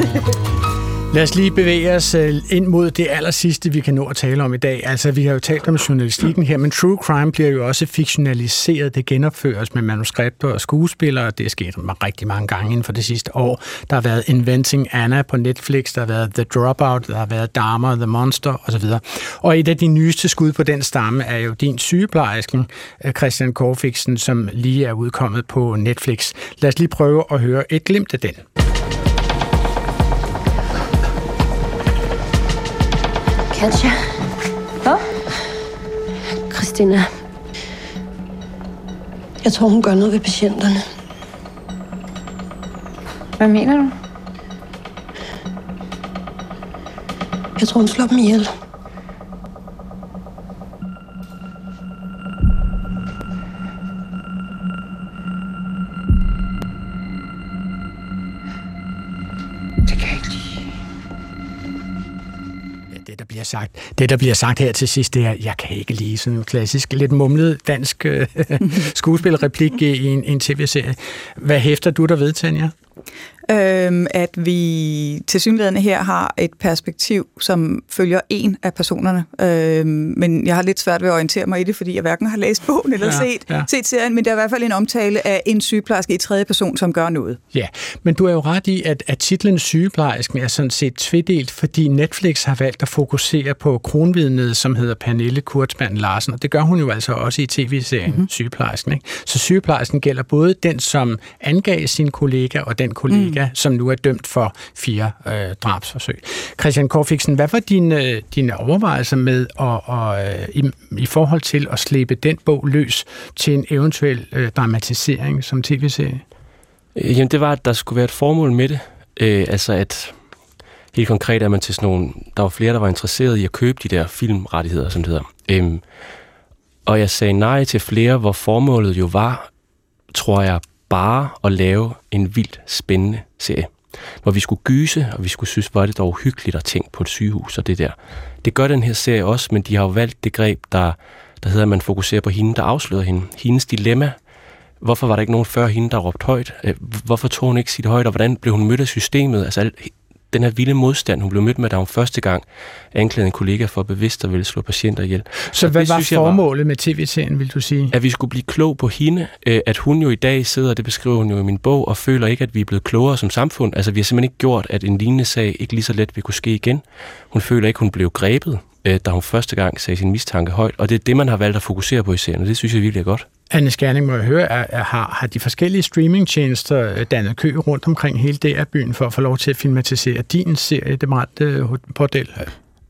[SPEAKER 4] Lad os lige bevæge os ind mod det allersidste, vi kan nå at tale om i dag. Altså, vi har jo talt om journalistikken her, men true crime bliver jo også fiktionaliseret. Det genopføres med manuskripter og skuespillere. Det er sket rigtig mange gange inden for det sidste år. Der har været Inventing Anna på Netflix, der har været The Dropout, der har været Dahmer, The Monster osv. Og et af de nyeste skud på den stamme er jo din sygeplejersken, Christian Corfixen, som lige er udkommet på Netflix. Lad os lige prøve at høre et glimt af den.
[SPEAKER 13] Katja. Hvad? Christina. Jeg tror, hun gør noget ved patienterne.
[SPEAKER 14] Hvad mener du?
[SPEAKER 13] Jeg tror, hun slår dem ihjel.
[SPEAKER 4] Bliver sagt. Det, der bliver sagt her til sidst, det er, jeg kan ikke lide sådan en klassisk, lidt mumlet dansk øh, skuespilreplik i en, en tv-serie. Hvad hæfter du der ved, Tanja?
[SPEAKER 1] Øhm, at vi tilsyneladende her har et perspektiv, som følger en af personerne. Øhm, men jeg har lidt svært ved at orientere mig i det, fordi jeg hverken har læst bogen eller ja, set, ja. set serien, men der er i hvert fald en omtale af en sygeplejerske i tredje person, som gør noget.
[SPEAKER 4] Ja, men du er jo ret i, at, at titlen sygeplejersken er sådan set tvedelt, fordi Netflix har valgt at fokusere på kronvidnet, som hedder Pernille Kurtzmann Larsen, og det gør hun jo altså også i tv-serien mm-hmm. Sygeplejersken. Ikke? Så sygeplejersken gælder både den, som angav sin kollega, og den kollega, mm. som nu er dømt for fire øh, drabsforsøg. Christian Corfixen, hvad var dine, dine overvejelser med at, og, øh, i, i forhold til at slippe den bog løs til en eventuel øh, dramatisering som tv-serie?
[SPEAKER 5] Jamen, det var, at der skulle være et formål med det. Øh, altså, at helt konkret er man til sådan nogle... Der var flere, der var interesseret i at købe de der filmrettigheder, som det hedder. Øh, og jeg sagde nej til flere, hvor formålet jo var, tror jeg, bare at lave en vildt spændende serie, hvor vi skulle gyse, og vi skulle synes, hvor er det dog hyggeligt at tænke på et sygehus og det der. Det gør den her serie også, men de har jo valgt det greb, der, der hedder, at man fokuserer på hende, der afslører hende. Hendes dilemma. Hvorfor var der ikke nogen før hende, der råbte højt? Hvorfor tog hun ikke sit højt, og hvordan blev hun mødt af systemet? Altså den her vilde modstand, hun blev mødt med, da hun første gang anklagede en kollega for bevidst at ville slå patienter ihjel.
[SPEAKER 4] Så hvad var formålet var, med tv-serien, vil du sige?
[SPEAKER 5] At vi skulle blive klog på hende, at hun jo i dag sidder, det beskriver hun jo i min bog, og føler ikke, at vi er blevet klogere som samfund. Altså vi har simpelthen ikke gjort, at en lignende sag ikke lige så let vil kunne ske igen. Hun føler ikke, hun blev grebet, da hun første gang sagde sin mistanke højt, og det er det, man har valgt at fokusere på i serien, og det synes jeg virkelig er godt.
[SPEAKER 4] Anne Skærning, må jeg høre, er, er, har, har de forskellige streamingtjenester dannet kø rundt omkring hele D R-byen for at få lov til at filmatisere din serie, Det brændte bordel?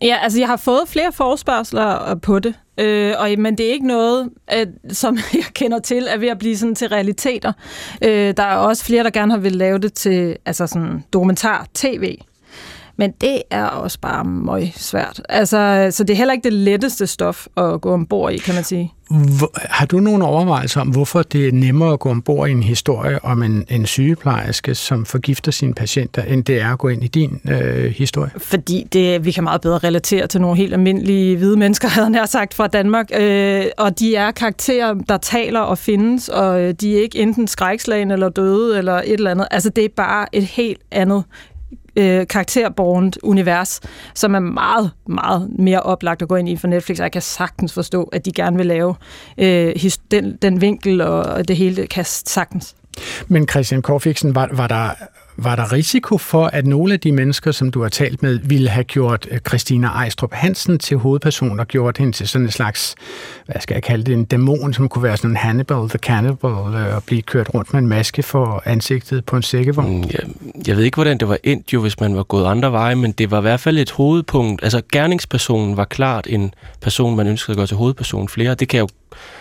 [SPEAKER 6] Ja, altså jeg har fået flere forespørgsler på det, øh, og, men det er ikke noget, at, som jeg kender til, er ved at blive sådan til realiteter. Øh, der er også flere, der gerne har vil lave det til altså sådan dokumentar-tv. Men det er også bare møg svært. Altså, så det er heller ikke det letteste stof at gå ombord i, kan man sige.
[SPEAKER 4] Hvor, har du nogle overvejelser om, hvorfor det er nemmere at gå ombord i en historie om en, en sygeplejerske, som forgifter sine patienter, end det er at gå ind i din øh, historie?
[SPEAKER 6] Fordi det, vi kan meget bedre relatere til nogle helt almindelige hvide mennesker, havde jeg nær sagt, fra Danmark. Øh, og de er karakterer, der taler og findes, og de er ikke enten skrækslagne eller døde eller et eller andet. Altså, det er bare et helt andet Øh, karakterborgent univers, som er meget, meget mere oplagt at gå ind i for Netflix, og jeg kan sagtens forstå, at de gerne vil lave øh, his, den, den vinkel, og det hele kan sagtens.
[SPEAKER 4] Men Christian Corfixen, var, var der Var der risiko for, at nogle af de mennesker, som du har talt med, ville have gjort Christina Ejstrup Hansen til hovedperson og gjort hende til sådan en slags, hvad skal jeg kalde det, en dæmon, som kunne være sådan en Hannibal the Cannibal og blive kørt rundt med en maske for ansigtet på en sækkevogn?
[SPEAKER 5] Jeg, jeg ved ikke, hvordan det var endt jo, hvis man var gået andre veje, men det var i hvert fald et hovedpunkt. Altså, gerningspersonen var klart en person, man ønskede at gøre til hovedperson flere. Det kan jo,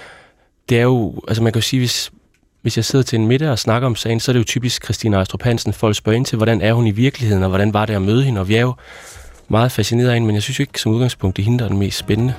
[SPEAKER 5] det er jo, altså man kan jo sige, hvis Hvis jeg sidder til en middag og snakker om sagen, så er det jo typisk Christina Ejstrup Hansen. Folk spørger ind til, hvordan er hun i virkeligheden, og hvordan var det at møde hende, og vi er jo meget fascineret af hende, men jeg synes jo ikke som udgangspunkt, det er hende, der er den mest spændende.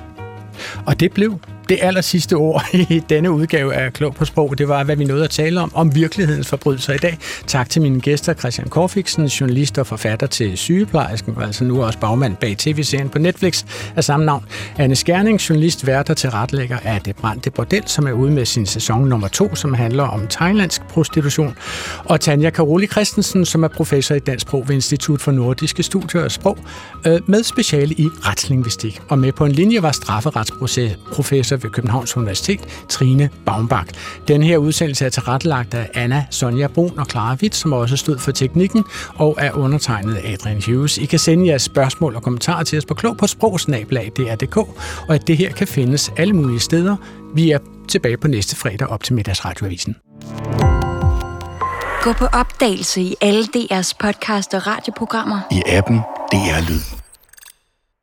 [SPEAKER 4] Og det blev det aller sidste ord i denne udgave af Klog på Sprog. Det var, hvad vi nåede at tale om, om virkelighedens forbrydelser i dag. Tak til mine gæster, Christian Corfixen, journalist og forfatter til Sygeplejersken, og altså nu også bagmand bag tv-serien på Netflix af samme navn. Anne Skjerning, journalist, vært og tilrettelægger af Det Brændte Bordel, som er ude med sin sæson nummer to, som handler om thailandsk prostitution. Og Tanja Karoli Christensen, som er professor i dansk sprog ved Institut for Nordiske Studier og Sprog, med speciale i retslingvistik. Og med på en linje var strafferetsprofessor ved Københavns Universitet, Trine Baumbach. Den her udsendelse er tilrettelagt af Anna Sonja Brun og Clara Witt, som også stod for teknikken, og er undertegnet af Adrian Hughes. I kan sende jeres spørgsmål og kommentarer til os på klog på sprog snabel-a d r punktum d k, og at det her kan findes alle mulige steder. Vi er tilbage på næste fredag op til Middagsradioavisen.
[SPEAKER 14] Gå på opdagelse i alle D R's podcast og radioprogrammer.
[SPEAKER 3] I appen D R Lyd.